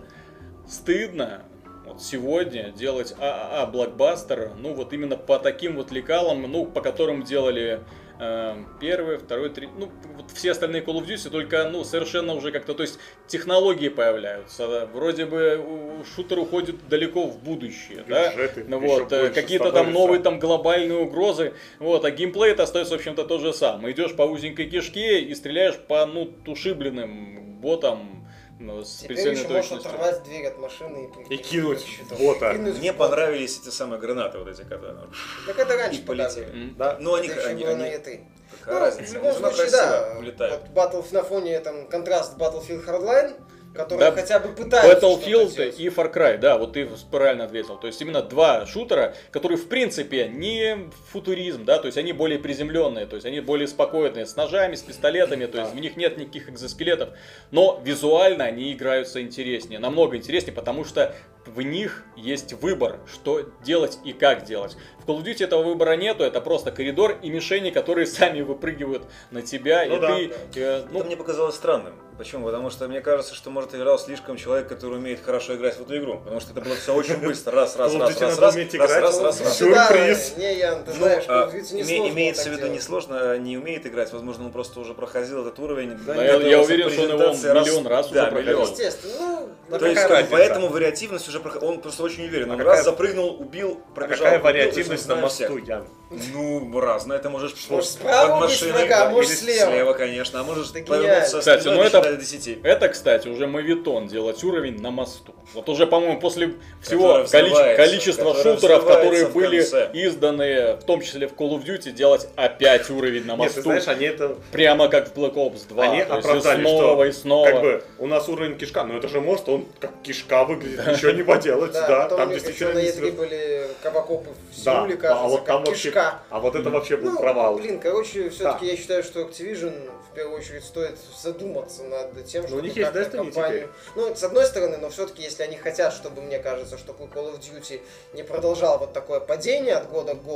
стыдно вот сегодня делать ААА блокбастер, ну вот именно по таким вот лекалам, ну по которым делали э, первый, второй, третий, ну вот все остальные Call of Duty, только ну совершенно уже как-то, то есть технологии появляются, вроде бы у- шутер уходит далеко в будущее, да? Бюджеты Ну еще вот, э, больше какие-то там становятся. новые там глобальные угрозы, вот, а геймплей это остается, в общем-то, то же самое. Идешь по узенькой кишке и стреляешь по, ну, тушибленным ботам, ну, с Теперь прицельной еще можешь точностью. оторвать дверь от машины и, И кинуть к щиту. бота. Кинуть Мне в бота. понравились эти самые гранаты вот эти, которые... Так это раньше И полетели. показывали. М. Да. Ну, они, Это еще они, было они- на и три. Какая Ну, разница? в любом Они же случае, красиво да. улетают. Вот Battle на фоне там контраст Battlefield Hardline, который Да, хотя бы пытается что-то Battlefield делать. и Far Cry, да, вот ты правильно ответил. То есть именно два шутера, которые в принципе не футуризм, да, то есть они более приземленные, то есть они более спокойные, с ножами, с пистолетами, то есть в них нет никаких экзоскелетов, но визуально они играются интереснее, намного интереснее, потому что в них есть выбор, что делать и как делать. В Call of Duty этого выбора нету, это просто коридор и мишени, которые сами выпрыгивают на тебя, Ну и да. ты, э, ну, Это мне показалось странным. Почему? Потому что мне кажется, что, может, играл слишком человек, который умеет хорошо играть в эту игру. Потому что это было все очень быстро. Раз, раз, Call of раз, Duty раз, надо раз, уметь раз, играть. раз, раз, раз. Всё. Сюрприз. Да, не, Ян, ты Ну, знаешь, а, Call of Duty не име- сложно имеется так в виду не делать. сложно, не умеет играть, возможно, он просто уже проходил этот уровень. Да, я- я уверен, что он его миллион раз уже да, проходил. миллион. Естественно, ну, Ну, То есть, какая ну, разница? поэтому вариативность уже проход... он просто очень уверен. А Он какая- раз запрыгнул, убил, А пробежал. какая убил, вариативность то на есть он знает мосту, Ян? всех. Ну, раз, на это можешь Может, под справа убить машиной, врага, а да, может, или слева. Слева, конечно, а можешь Это повернуться гениально. Кстати, спиной ну и это- досчитать до десяти. Это, кстати, уже мавитон делать уровень на мосту. Вот уже, по-моему, после всего Который количе- взрывается, количества который шутеров, которые взрывается в были конце. изданы, в том числе в Call of Duty, делать опять уровень на Нет, мосту. ты знаешь, они это... Прямо как в Black Ops два. Они то есть оправдали, и снова, что и снова. как бы у нас уровень кишка, но это же мост, он как кишка выглядит, ничего не поделать, Да, да, потом там у них еще действительно на не и три слез- были кабакопы в Да, Сеуле, а кажется, вот там как вообще, кишка. а вот это вообще был Ну, провал. блин, короче, все-таки Да. я считаю, что Activision в первую очередь стоит задуматься над тем, Ну, чтобы у них есть как-то Destiny компанию... Ну, с одной стороны, но все-таки, если они хотят, чтобы, мне кажется, чтобы Call of Duty не продолжал вот такое падение от года к году,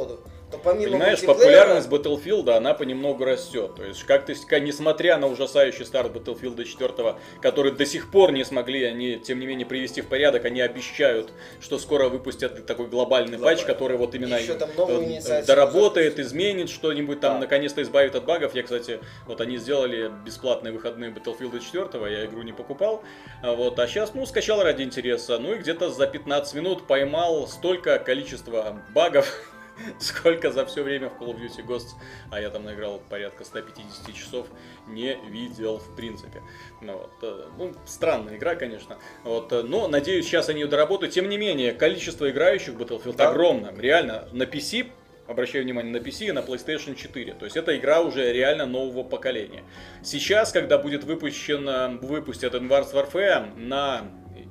то помимо Понимаешь, мультиплеера- популярность Battlefield, она понемногу растет. То есть, как-то, несмотря на ужасающий старт Battlefield четыре, который до сих пор не смогли они, тем не менее, привести в порядок, они обещают, что скоро выпустят такой глобальный Глобальный. патч, который вот именно Еще там новую инициативу доработает, запустят. изменит что-нибудь, там, Да. наконец-то избавит от багов. Я, кстати, вот они сделали бесплатные выходные Battlefield четыре, я игру не покупал. А Вот, а сейчас, ну, скачал ради интереса. Ну и где-то за пятнадцать минут поймал столько количества багов, сколько за все время в Call of Duty Ghosts, а я там наиграл порядка сто пятьдесят часов, не видел в принципе. Ну, вот, э, ну, странная игра, конечно. Вот, э, но, надеюсь, сейчас они ее доработают. Тем не менее, количество играющих в Battlefield Да. огромно. Реально, на пи си, обращаю внимание, на пи си и на PlayStation четыре. То есть это игра уже реально нового поколения. Сейчас, когда будет выпущен, выпустят Advanced Warfare на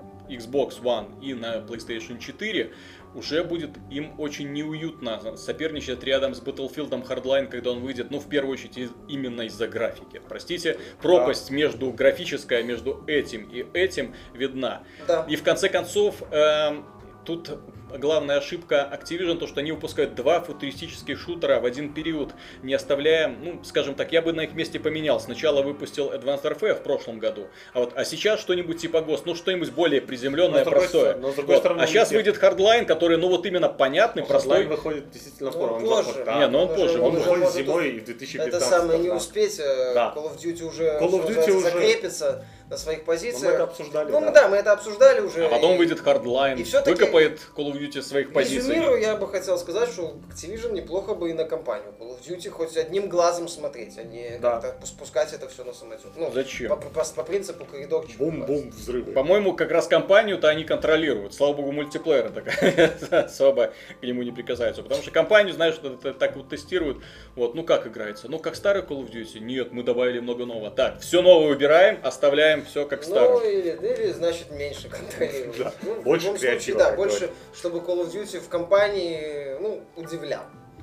Xbox One и на PlayStation четыре, уже будет им очень неуютно соперничать рядом с Battlefield Hardline, когда он выйдет, ну, в первую очередь, из- именно из-за графики. Простите, пропасть между графическая, между этим и этим видна. Да. И в конце концов, эм, тут главная ошибка Activision, то, что они выпускают два футуристических шутера в один период, не оставляя, ну, скажем так, я бы на их месте поменял. Сначала выпустил Advanced Warfare в прошлом году, а вот, а сейчас что-нибудь типа Ghost, ну, что-нибудь более приземленное, Но с другой простое. стороны- но с другой Вот. стороны, А сейчас у них- выйдет Hardline, который, ну, вот именно понятный, простой. Hardline выходит действительно Ну, скоро. Он позже. запад- да. Не, ну он Он позже. уже- Он он уже выходит может зимой и в две тысячи Это пятнадцатом. самое не да. успеть, э, Да. Call of Duty уже, Call of что Duty называется, уже- закрепится на своих Ну, позициях. мы это обсуждали. Ну, да. да, мы это обсуждали уже. А потом и- выйдет Hardline, и всё-таки- выкопает Call of Duty своих позиций. Резюмирую, я бы хотел сказать, что Activision неплохо бы и на компанию Call of Duty хоть одним глазом смотреть, а не Да. как-то спускать это все на самотек. Ну, Зачем? По, по- по принципу коридорчика. Бум-бум, взрывы. По-моему, как раз компанию-то они контролируют. Слава богу, мультиплеер такая особо к нему не прикасается. Потому что компанию, знаешь, что это так вот тестируют. Вот, ну как играется? Ну как старый Call of Duty? Нет, мы добавили много нового. Так, все новое убираем, оставляем все как Ну, старое. или, или, значит, меньше контролируют. Да, Ну, в больше любом случае, креатива, да, как больше, говорят. чтобы Call of Duty в компании, ну, удивлял.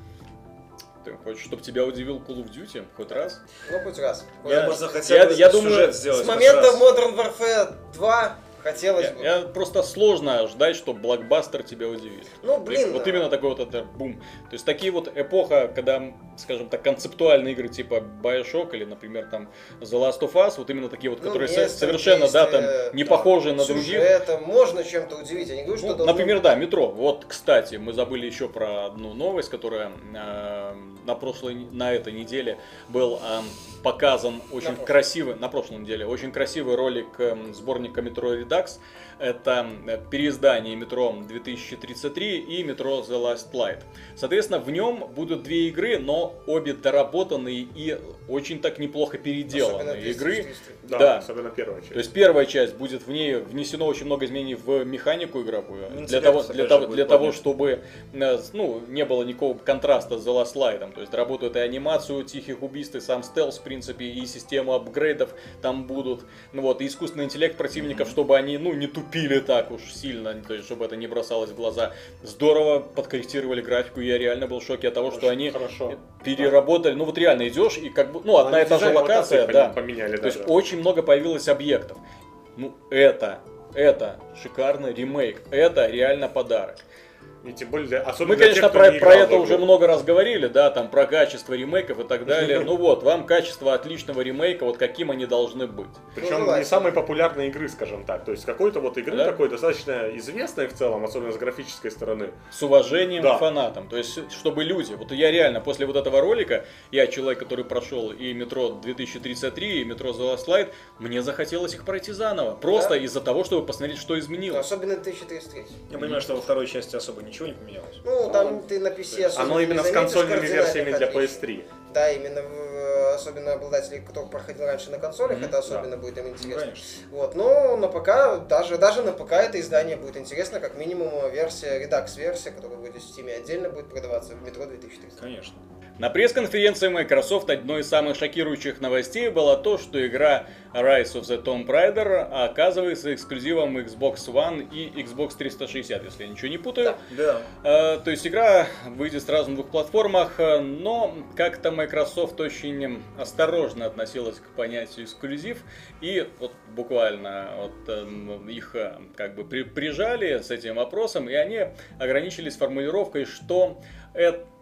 Ты хочешь, чтобы тебя удивил Call of Duty хоть раз? Ну, хоть раз. Хоть Я, раз. можно хотя я- бы я думаю, сюжет сделать. С хоть момента раз. Modern Warfare два хотелось Я, бы. я просто сложно ждать, что блокбастер тебя удивит. Ну, блин, Вот да. именно такой вот это бум. То есть такие вот эпоха, когда, скажем так, концептуальные игры типа Bioshock или, например, там The Last of Us, вот именно такие вот, Ну, которые место, со- совершенно, да, там действие, не да, похожи на других. сюжетом можно чем-то удивить. Я не говорю, что Ну, должно например, быть. да, метро. Вот, кстати, мы забыли еще про одну новость, которая э, на прошлой, на этой неделе был э, показан очень прошлой. красивый, на прошлой неделе, очень красивый ролик э, сборника Metro Redux. Это э, переиздание Метро две тысячи тридцать три и Метро The Last Light. Соответственно, в нем будут две игры, но обе доработанные и очень так неплохо переделанные Особенно игры. двести тридцать три. Да, Да. особенно первая часть. То есть первая часть будет в ней внесено очень много изменений в механику игровую. Интеллект, Для того, опять для же, того, будет для того поднят. чтобы э, ну, не было никакого контраста с The Last Light. То есть доработают и анимацию тихих убийств, и сам стелс, в принципе, и систему апгрейдов там будут. Ну вот, и искусственный интеллект противников, чтобы они, ну, не тупили так уж сильно, то есть чтобы это не бросалось в глаза. Здорово подкорректировали графику, я реально был в шоке от того, что Очень они хорошо. переработали. Ну вот реально идешь, и как бы, ну, одна и та же Дизайн локация, локации да. поменяли То есть даже. очень много появилось объектов. Ну, это, это шикарный ремейк. Это реально подарок. И тем более, для- особенно Мы, для конечно, тех, кто про, не про играл в это игру. уже много раз говорили, да, там про качество ремейков и так далее. Ну вот, вам качество отличного ремейка, вот каким они должны быть. Причем Ну, не желательно. самой популярной игры, скажем так. То есть какой-то вот игры Да. такой достаточно известной в целом, особенно с графической стороны. С уважением Да. к фанатам. То есть, чтобы люди, вот я реально после вот этого ролика, я человек, который прошел и Метро две тысячи тридцать три, и Метро The Last Light, мне захотелось их пройти заново. Просто Да. из-за того, чтобы посмотреть, что Ну, изменилось. особенно тысяча тридцать три. Я понимаю, что во второй части особо ничего не поменялось. Ну, там ты на пи си особо Оно не именно с заметишь консольными кардинальных версиями для пи эс отличий. три. Да, именно в- особенно обладатели, кто проходил раньше на консолях, Мгм, это особенно будет им интересно. Конечно. Вот, но на ПК, даже, даже на ПК это издание будет интересно, как минимум версия, редакс-версия, которая будет в Steam отдельно будет продаваться в Метро две тысячи тридцать. Конечно. На пресс-конференции Microsoft одной из самых шокирующих новостей было то, что игра Rise of the Tomb Raider оказывается эксклюзивом Xbox One и Xbox триста шестьдесят, если я ничего не путаю. Да. Э, То есть игра выйдет сразу на двух платформах, э, но как-то Microsoft очень осторожно относилась к понятию эксклюзив, и вот буквально вот, эм, их э, как бы при- прижали с этим вопросом, и они ограничились формулировкой, что это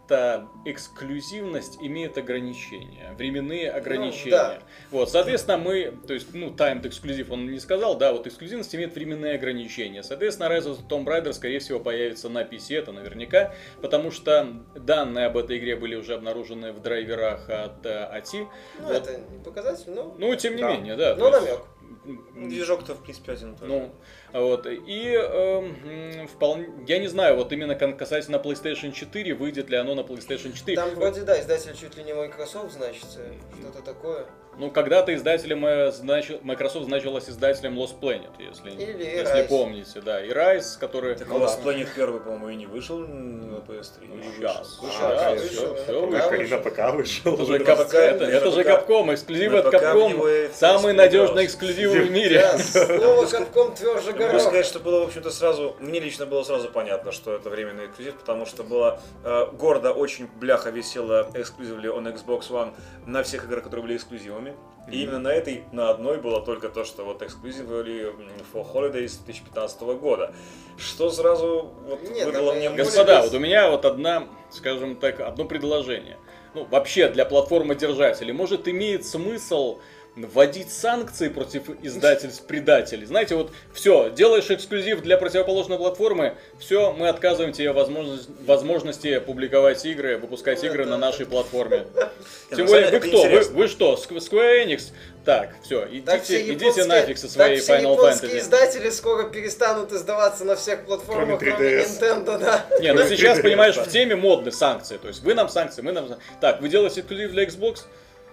эта эксклюзивность имеет ограничения, временные ограничения. Ну, да. Вот, соответственно, мы, то есть, ну, timed эксклюзив он не сказал, да, вот эксклюзивность имеет временные ограничения. Соответственно, Rise of the Tomb Raider, скорее всего, появится на пи си, это наверняка, потому что данные об этой игре были уже обнаружены в драйверах от э, эй ти. Ну, Вот. это не показатель, но... Ну, тем не Да. менее, да. Но то есть, намек. Движок-то, в принципе, один тоже. ну, вот, и эм, вполне, я не знаю, вот именно кон- касательно PlayStation четыре, выйдет ли оно на PlayStation четыре. Там вроде, да, издатель чуть ли не Microsoft, значит, что-то такое. Ну, когда-то издателем э, значи- Microsoft значилась издателем Lost Planet, если, Или если Rise. помните, да, и Rise, который... Так ну, Lost да. Planet первый, по-моему, и не вышел на пи эс три. Ну, Или сейчас, вышел? А, сейчас, вышел, все, на все ПК вышло. И на ПК вышел. Это же, на Кап- ПК, это, на это же ПК. Capcom, эксклюзивы На от ПК в Capcom, него и самые в надежные принципе, эксклюзивы в мире. Да, снова Capcom тверже Могу горох. сказать, что было, в общем-то, сразу, мне лично было сразу понятно, что это временный эксклюзив, потому что было э, гордо, очень бляха висела эксклюзивли on Xbox One на всех играх, которые были эксклюзивами. И именно на этой, на одной было только то, что вот эксклюзивы for Holidays две тысячи пятнадцатого года. Что сразу вот Нет, выдало там и мне более- мысль. Господа, вот у меня вот одна, скажем так, одно предложение. Ну, вообще, для платформодержателей, может, имеет смысл вводить санкции против издательств-предателей. Знаете, вот все, делаешь эксклюзив для противоположной платформы, все, мы отказываем тебе возможность, возможности публиковать игры, выпускать Ну, игры это- на нашей платформе. Нет, Тем на более, самом вы деле кто? это Вы, интересно. вы что, Squ- Square Enix? Так, все, Так идите, все идите японские- нафиг со своей так все Final японские Fantasy. издатели скоро перестанут издаваться на всех платформах, Кроме кроме, три ди эс. Nintendo, да. Не, ну сейчас, три ди эс, понимаешь, да. в теме модны санкции. То есть вы нам санкции, мы нам... Так, вы делаете эксклюзив для Xbox?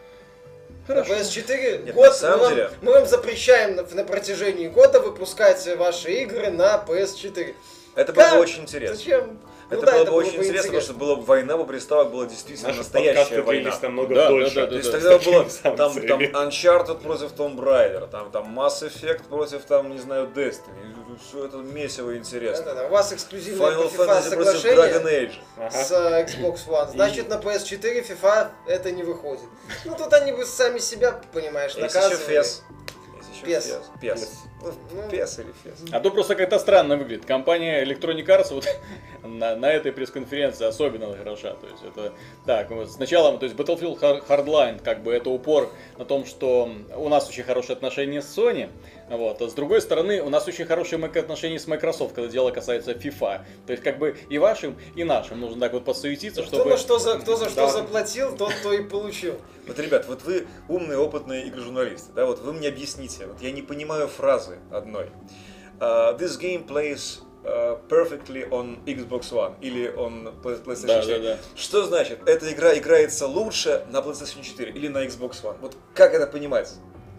На Хорошо. пи эс четыре Нет, год на самом мы, вам, деле- мы вам запрещаем на, на протяжении года выпускать ваши игры на пи эс четыре. Это было Как? бы очень интересно. Зачем? Ну Это да, было бы очень интересно, потому интересно. что была бы война бы приставок, была действительно Наши настоящая подкасты война. длились намного Да, да, дольше. да, То есть да. тогда С было такими там, там санкциями. Uncharted против Tomb Raider, там, там Mass Effect против, там, не знаю, Destiny. Все это месиво интересно. Да-да-да, у вас эксклюзивное Final по FIFA Fantasy против Dragon соглашение Age. Ага. с э, Xbox One. Значит, на пи эс четыре FIFA это не выходит. Ну тут они бы сами себя, понимаешь, Есть еще наказывали. фес. Есть еще Пес. фес. Пес. Ну, Ну, пес или фес. А то просто как-то странно выглядит. Компания Electronic Arts вот на, на этой пресс-конференции особенно хороша. То есть это так, вот сначала, то есть Battlefield Hard- Hardline, как бы это упор на том, что у нас очень хорошие отношения с Sony. Вот. А с другой стороны, у нас очень хорошие мак- отношения с Microsoft, когда дело касается FIFA. То есть как бы и вашим, и нашим нужно так вот подсуетиться, Кто чтобы... на что за, кто за что Да. заплатил, тот то и получил. Вот, ребят, вот вы умные, опытные игрожурналисты, да, вот вы мне объясните, вот я не понимаю фразы одной. Uh, this game plays uh, perfectly on Xbox One или on PlayStation Да, четыре. да, да. Что значит, эта игра играется лучше на PlayStation четыре или на Xbox One? Вот как это понимать?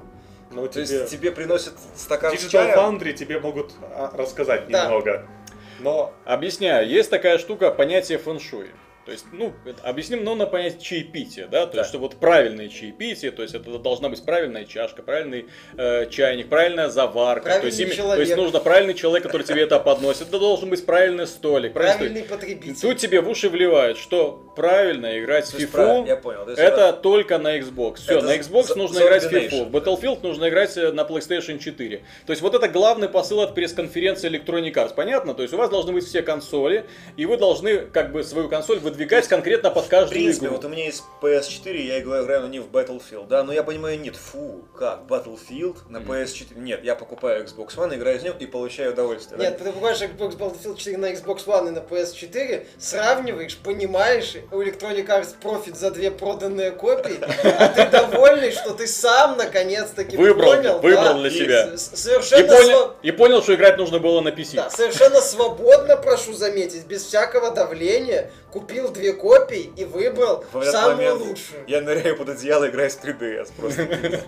Ну, То тебе... есть тебе приносят стакан с Digital чаем? Foundry тебе могут а, рассказать Да. немного. Но Объясняю, есть такая штука, понятие фэншуй. То есть, ну, это объясним, ну, на понятие чаепития, да, то Да. есть, что вот правильное чаепитие, то есть, это должна быть правильная чашка, правильный э, чайник, правильная заварка, то есть, Правильный ими- то есть, человек. нужно правильный человек, который тебе это подносит, это должен быть правильный столик, правильный Правильный столик. потребитель. Тут тебе в уши вливают, что правильно играть в То есть FIFA, правильно, я понял. То есть это только на Xbox. Все, это на Xbox за- нужно за играть в Domination. FIFA. В Battlefield нужно играть э, на PlayStation четыре. То есть вот это главный посыл от пресс-конференции Electronic Arts. Понятно? То есть у вас должны быть все консоли, и вы должны как бы свою консоль выдвигать конкретно под В каждую принципе, игру. вот у меня есть пи эс четыре, я играю, играю на ней в Battlefield, да, но я понимаю, нет, фу, как, Battlefield на пи эс четыре, нет, я покупаю Xbox One, играю с ним и получаю удовольствие. да. Нет, ты покупаешь Xbox Battlefield четыре на Xbox One и на пи эс четыре, сравниваешь, понимаешь, у Electronic Arts профит за две проданные копии, а ты довольный, что ты сам наконец-таки Выбрал, понял, выбрал да, для и себя. с- И совершенно, понял, сва- и понял, что играть нужно было на пи си. да, совершенно свободно, прошу заметить, без всякого давления, купил две копии и выбрал В этот самую момент лучшую. я ныряю под одеяло, играю с три ди эс просто.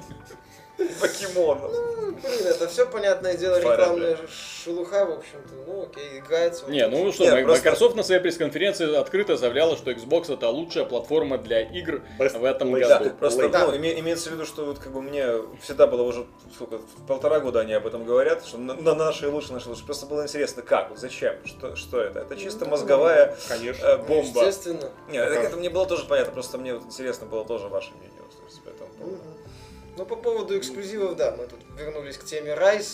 Покемон. Ну, блин, это все, понятное дело, Fire рекламная шелуха, в общем-то. Ну, окей, играется. Не, ну что, Нет, Ми- просто- Microsoft на своей пресс-конференции открыто заявляла, что Xbox это лучшая платформа для игр Best в этом place году. Да, просто Да. ну, име- имеется в виду, что вот как бы мне всегда было уже сколько, полтора года они об этом говорят, что на, на наши лучше, наши лучше. Просто было интересно, как, вот зачем, что, что это? Это чисто Ну, мозговая конечно. э, Ну, бомба. естественно. Нет, это, это мне было тоже понятно, просто мне вот интересно было тоже ваше мнение. Вот, то есть, по этому поводу. Мгм. Ну, по поводу эксклюзивов, да, мы тут вернулись к теме Rise.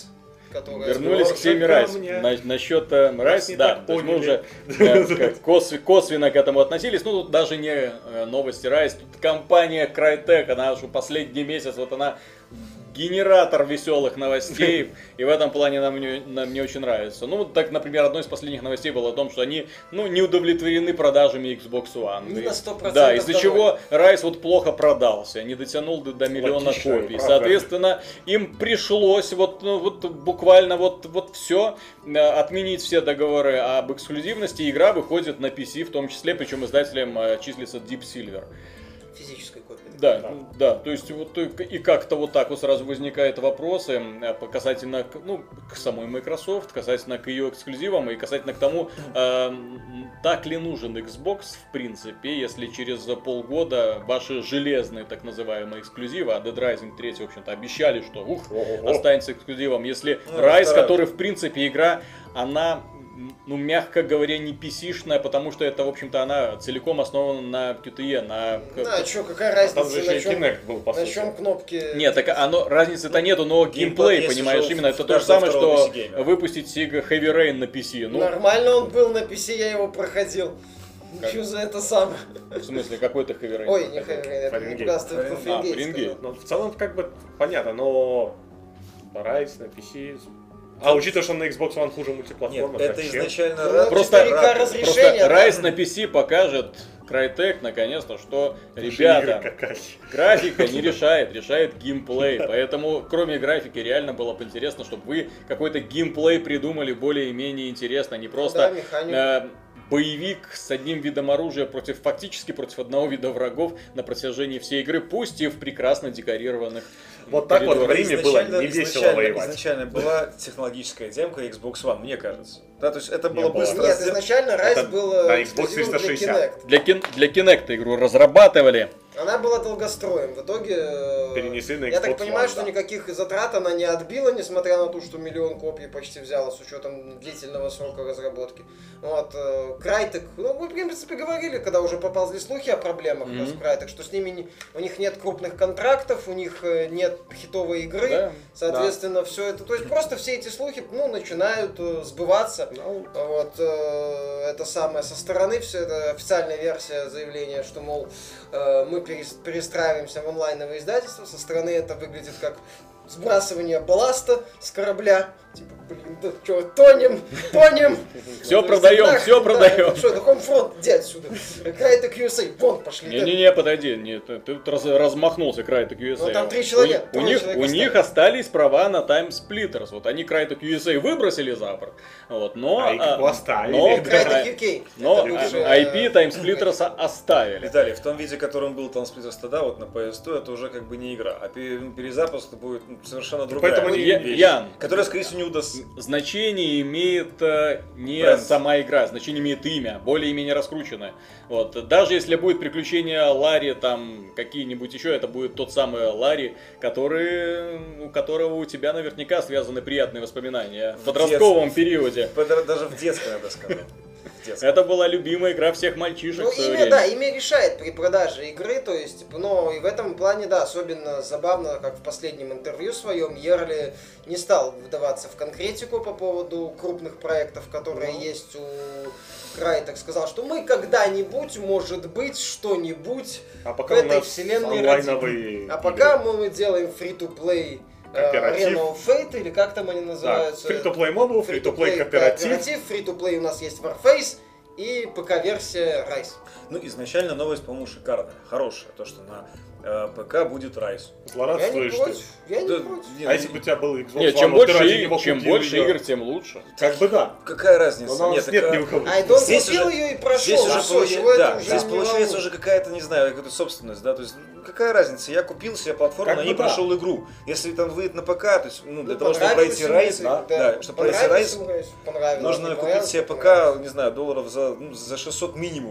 которая... Вернулись к теме Райс. На, насчет э, Райс, да, то есть мы уже э, косв, косвенно к этому относились. Ну, тут даже не э, новости Райс, тут компания Crytek, она уже последний месяц, вот она генератор веселых новостей, и в этом плане нам не, нам не очень нравится. Ну, вот так, например, одной из последних новостей было о том, что они, ну, не удовлетворены продажами Xbox One. Не на сто процентов Да, из-за довольны. чего Райс вот плохо продался, не дотянул до, до миллиона Логично, копий. правда. Соответственно, им пришлось вот, ну, вот буквально вот, вот все отменить все договоры об эксклюзивности. Игра выходит на пи си в том числе, причем издателем э, числится Deep Silver. Физической копии. Да, Да. да, то есть вот и и как-то вот так вот сразу возникают вопросы э, касательно, к- ну, к самой Microsoft, касательно к ее эксклюзивам и касательно к тому, э, так ли нужен Xbox в принципе, если через полгода ваши железные так называемые эксклюзивы, а Dead Rising три, в общем-то, обещали, что ух, Ого. останется эксклюзивом, если Ну, Rise, вторая. который в принципе игра, она, ну, мягко говоря, не пи си-шная, потому что это, в общем-то, она целиком основана на кью ти и, на... Да, что, какая А там разница, же на еще и чем, Kinect был, по на сути. чем кнопки... Нет, так оно, разницы-то нету, но геймплей, есть понимаешь, уже именно в это то же каждого самое, второго что пи си-геймера. выпустить Sega Heavy Rain на пи си. Ну, Нормально он был на пи си, я его проходил. Что за это самое? в смысле, какой-то Heavy Rain? Ой, не Heavy Rain, это Фаренгейт. не просто Фаренгейт. А, Фаренгейт Фаренгейт. сказал. Ну, в целом, как бы, понятно, но... Райс на пи си... А учитывая, что на Xbox One хуже мультиплатформа, Нет, это зачем? изначально... Ну, рад- Просто- четыре ка рад- Просто разрешение. да. Rise на пи си покажет Crytek наконец-то, что, Игры ребята, какая. графика не решает, решает геймплей. Поэтому, кроме графики, реально было бы интересно, чтобы вы какой-то геймплей придумали более-менее интересно, не Да, просто механика. э, боевик с одним видом оружия против фактически против одного вида врагов на протяжении всей игры, пусть и в прекрасно декорированных Вот так вот коридорах. время было Изначально- не весело изначально- воевать. Изначально была технологическая демка Xbox One, мне кажется. Да, то есть это Не было было. быстро Нет, сделано. изначально Rise Это был на э, Xbox эксклюзивом триста для шестьдесят. Kinect. Для, кин, для Kinect игру разрабатывали. Она была долгостроем. В итоге... э, Перенесли на Я так Xbox понимаю, One, что да. никаких затрат она не отбила, несмотря на то, что миллион копий почти взяла с учетом длительного срока разработки. Вот. э, Crytek, ну, мы, в принципе, говорили, когда уже поползли слухи о проблемах Мгм. с Crytek, что с ними не- у них нет крупных контрактов, у них э, нет хитовой игры. Да. Соответственно, все это, то есть просто все эти слухи, ну, начинают э, сбываться. Ну, Вот, э, это самое со стороны, все это официальная версия заявления, что, мол, э, мы перес- перестраиваемся в онлайновое издательство. Со стороны это выглядит как сбрасывание балласта с корабля. Типа, блин, да что, тонем, тонем. Все То есть, продаем, нахрен, все да, продаем. это Что, это Homefront, иди отсюда. Crytek ю эс эй, вон пошли. да. Не-не-не, подойди, нет, ты тут раз- размахнулся Crytek ю эс эй. Ну, там три человека, У, у трое них, человек у остались. них остались права на Time Splitters. Вот они Crytek ю эс эй выбросили за борт. Вот, но, А их оставили. но, Crytek ю кей. но Это бывшая, ай пи Time Splitters оставили. Виталий, в том виде, в котором был Time Splitters тогда, вот на пи эс два, это уже как бы не игра, а пе- перезапуск будет ну, совершенно другая. Поэтому они- Я- вещь. Ян, Которая, скорее всего, не удастся. значение имеет э, не Бренд. сама игра, значение имеет имя, более-менее раскрученное. Вот. Даже если будет приключение Ларри, там какие-нибудь еще, это будет тот самый Ларри, который, у которого у тебя наверняка связаны приятные воспоминания в В подростковом периоде. Подра- Даже в детстве, надо сказать. В детстве. Это была любимая игра всех мальчишек Ну, в свое имя, время. да, имя решает при продаже игры, то есть, но и в этом плане, да, особенно забавно, как в последнем интервью своем Ерли не стал вдаваться в конкретику по поводу крупных проектов, которые Ну. есть у Crytek, сказал, что мы когда-нибудь, может быть, что-нибудь А в пока у этой нас вселенной онлайновые родим. А игры. пока мы делаем free-to-play э, Кооператив. Arena of Fate, или как там они Да, называются? free-to-play mobile, free-to-play кооператив. Free-to-play у нас есть Warface и ПК-версия Rise. Ну, изначально новость, по-моему, шикарная, хорошая. То, что на э, ПК будет Rise. Я не Злорадствуешь ты. против, я не Да, против. не, А если бы у тебя был Xbox Нет, One, чем вот ты больше, ради и- него чем купил больше её. игр, тем лучше. Как бы да. Какая разница? Но у нас нет это- ни у кого. А он Здесь купил уже- ее и прошел, Здесь уже, а всё, получа- его это да, уже здесь не получается волнует. уже какая-то, не знаю, какая-то собственность, да, то есть ну, какая разница, я купил себе платформу, Как на бы ней да. прошел игру. Если там выйдет на ПК, то есть, ну, для Ну, того, чтобы понравилось пройти ему Rise, это, да, да. да, чтобы пройти Понравилось Rise, ему Rise, понравилось, нужно не купить понравилось, себе не понравилось. ПК, не знаю, долларов за, ну, за шестьсот минимум.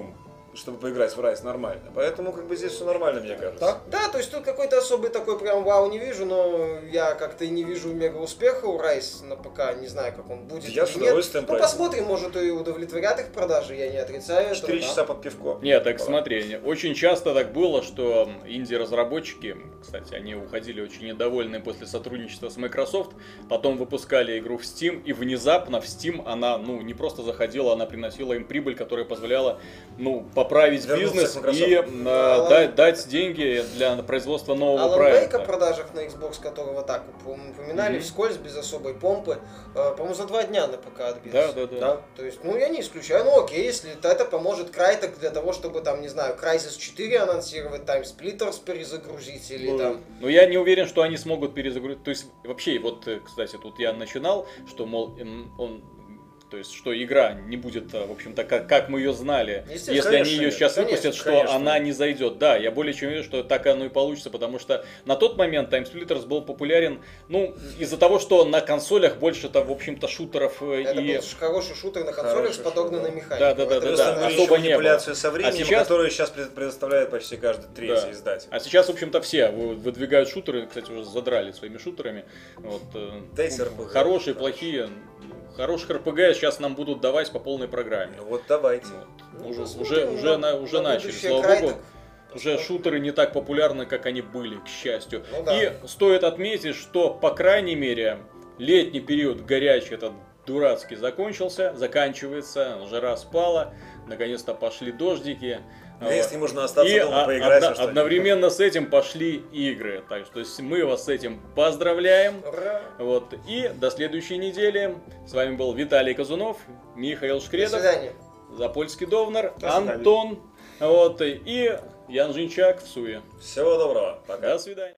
чтобы поиграть в Rise нормально. Поэтому как бы здесь все нормально, мне кажется. Да? Да, то есть тут какой-то особый такой прям вау не вижу, но я как-то и не вижу мега успеха у Rise на ПК, не знаю, как он будет Я или с нет. удовольствием Ну пройду. посмотрим, может и удовлетворят их продажи, я не отрицаю. Четыре этого, часа да. под пивко. Нет, так смотри, очень часто так было, что инди-разработчики, кстати, они уходили очень недовольны после сотрудничества с Microsoft, потом выпускали игру в Steam, и внезапно в Steam она, ну, не просто заходила, она приносила им прибыль, которая позволяла, ну, поправить Вернуться бизнес к Microsoft. и э, Alan- дать, дать деньги для производства нового Alan Wake проекта. о продажах на Xbox, которого так упоминали Мгм. вскользь, без особой помпы, э, по-моему, за два дня на ПК отбился. Да, да, да. Да. То есть, ну, я не исключаю, ну, окей, если это поможет Crytek для того, чтобы, там, не знаю, Crysis четыре анонсировать, Time Splitters перезагрузить, или Ну, там... Но я не уверен, что они смогут перезагрузить. То есть, вообще, вот, э, кстати, тут я начинал, что, мол, м, он... То есть, что игра не будет, э, в общем-то, как, как мы ее знали. Естественно, Если они конечно, ее сейчас конечно, выпустят, что конечно. она не зайдет. Да, я более чем уверен, что так оно и получится, потому что на тот момент Time Splitters был популярен, ну, из-за того, что на консолях больше-то, в общем-то, шутеров э, Это и... был хороший шутер на консолях Хороший с подогнанной шутер. механикой. Да, да, да, Это да, Плюс да. там да. были особо еще не манипуляцию было. со временем, А сейчас- которую сейчас пред- предоставляет почти каждый третий Да. издатель. А сейчас, в общем-то, все вы- выдвигают шутеры, кстати, уже задрали своими шутерами. Вот, э, Дайте ну, эр пи джи. хорошие, плохие. Хороших эр пи джи сейчас нам будут давать по полной программе. Ну вот давайте. Вот. Ну, Уже, посмотрим уже, уже, на- на, уже на начали, будущее слава Crytek. богу. Уже шутеры не так популярны, как они были, к счастью. Ну да. И стоит отметить, что, по крайней мере, летний период горячий этот дурацкий закончился, заканчивается, жара спала, наконец-то пошли дождики. Наконец-то Вот. можно остаться И дома а- поиграть одно- во что-нибудь. одновременно с этим пошли игры. Так что с- мы вас с этим поздравляем. Ура! Вот. И до следующей недели. С вами был Виталий Казунов, Михаил До Шкредов, свидания. Запольский Довнар, До свидания. Антон вот, и Ян Жинчак в Суе. Всего доброго. Пока. До свидания.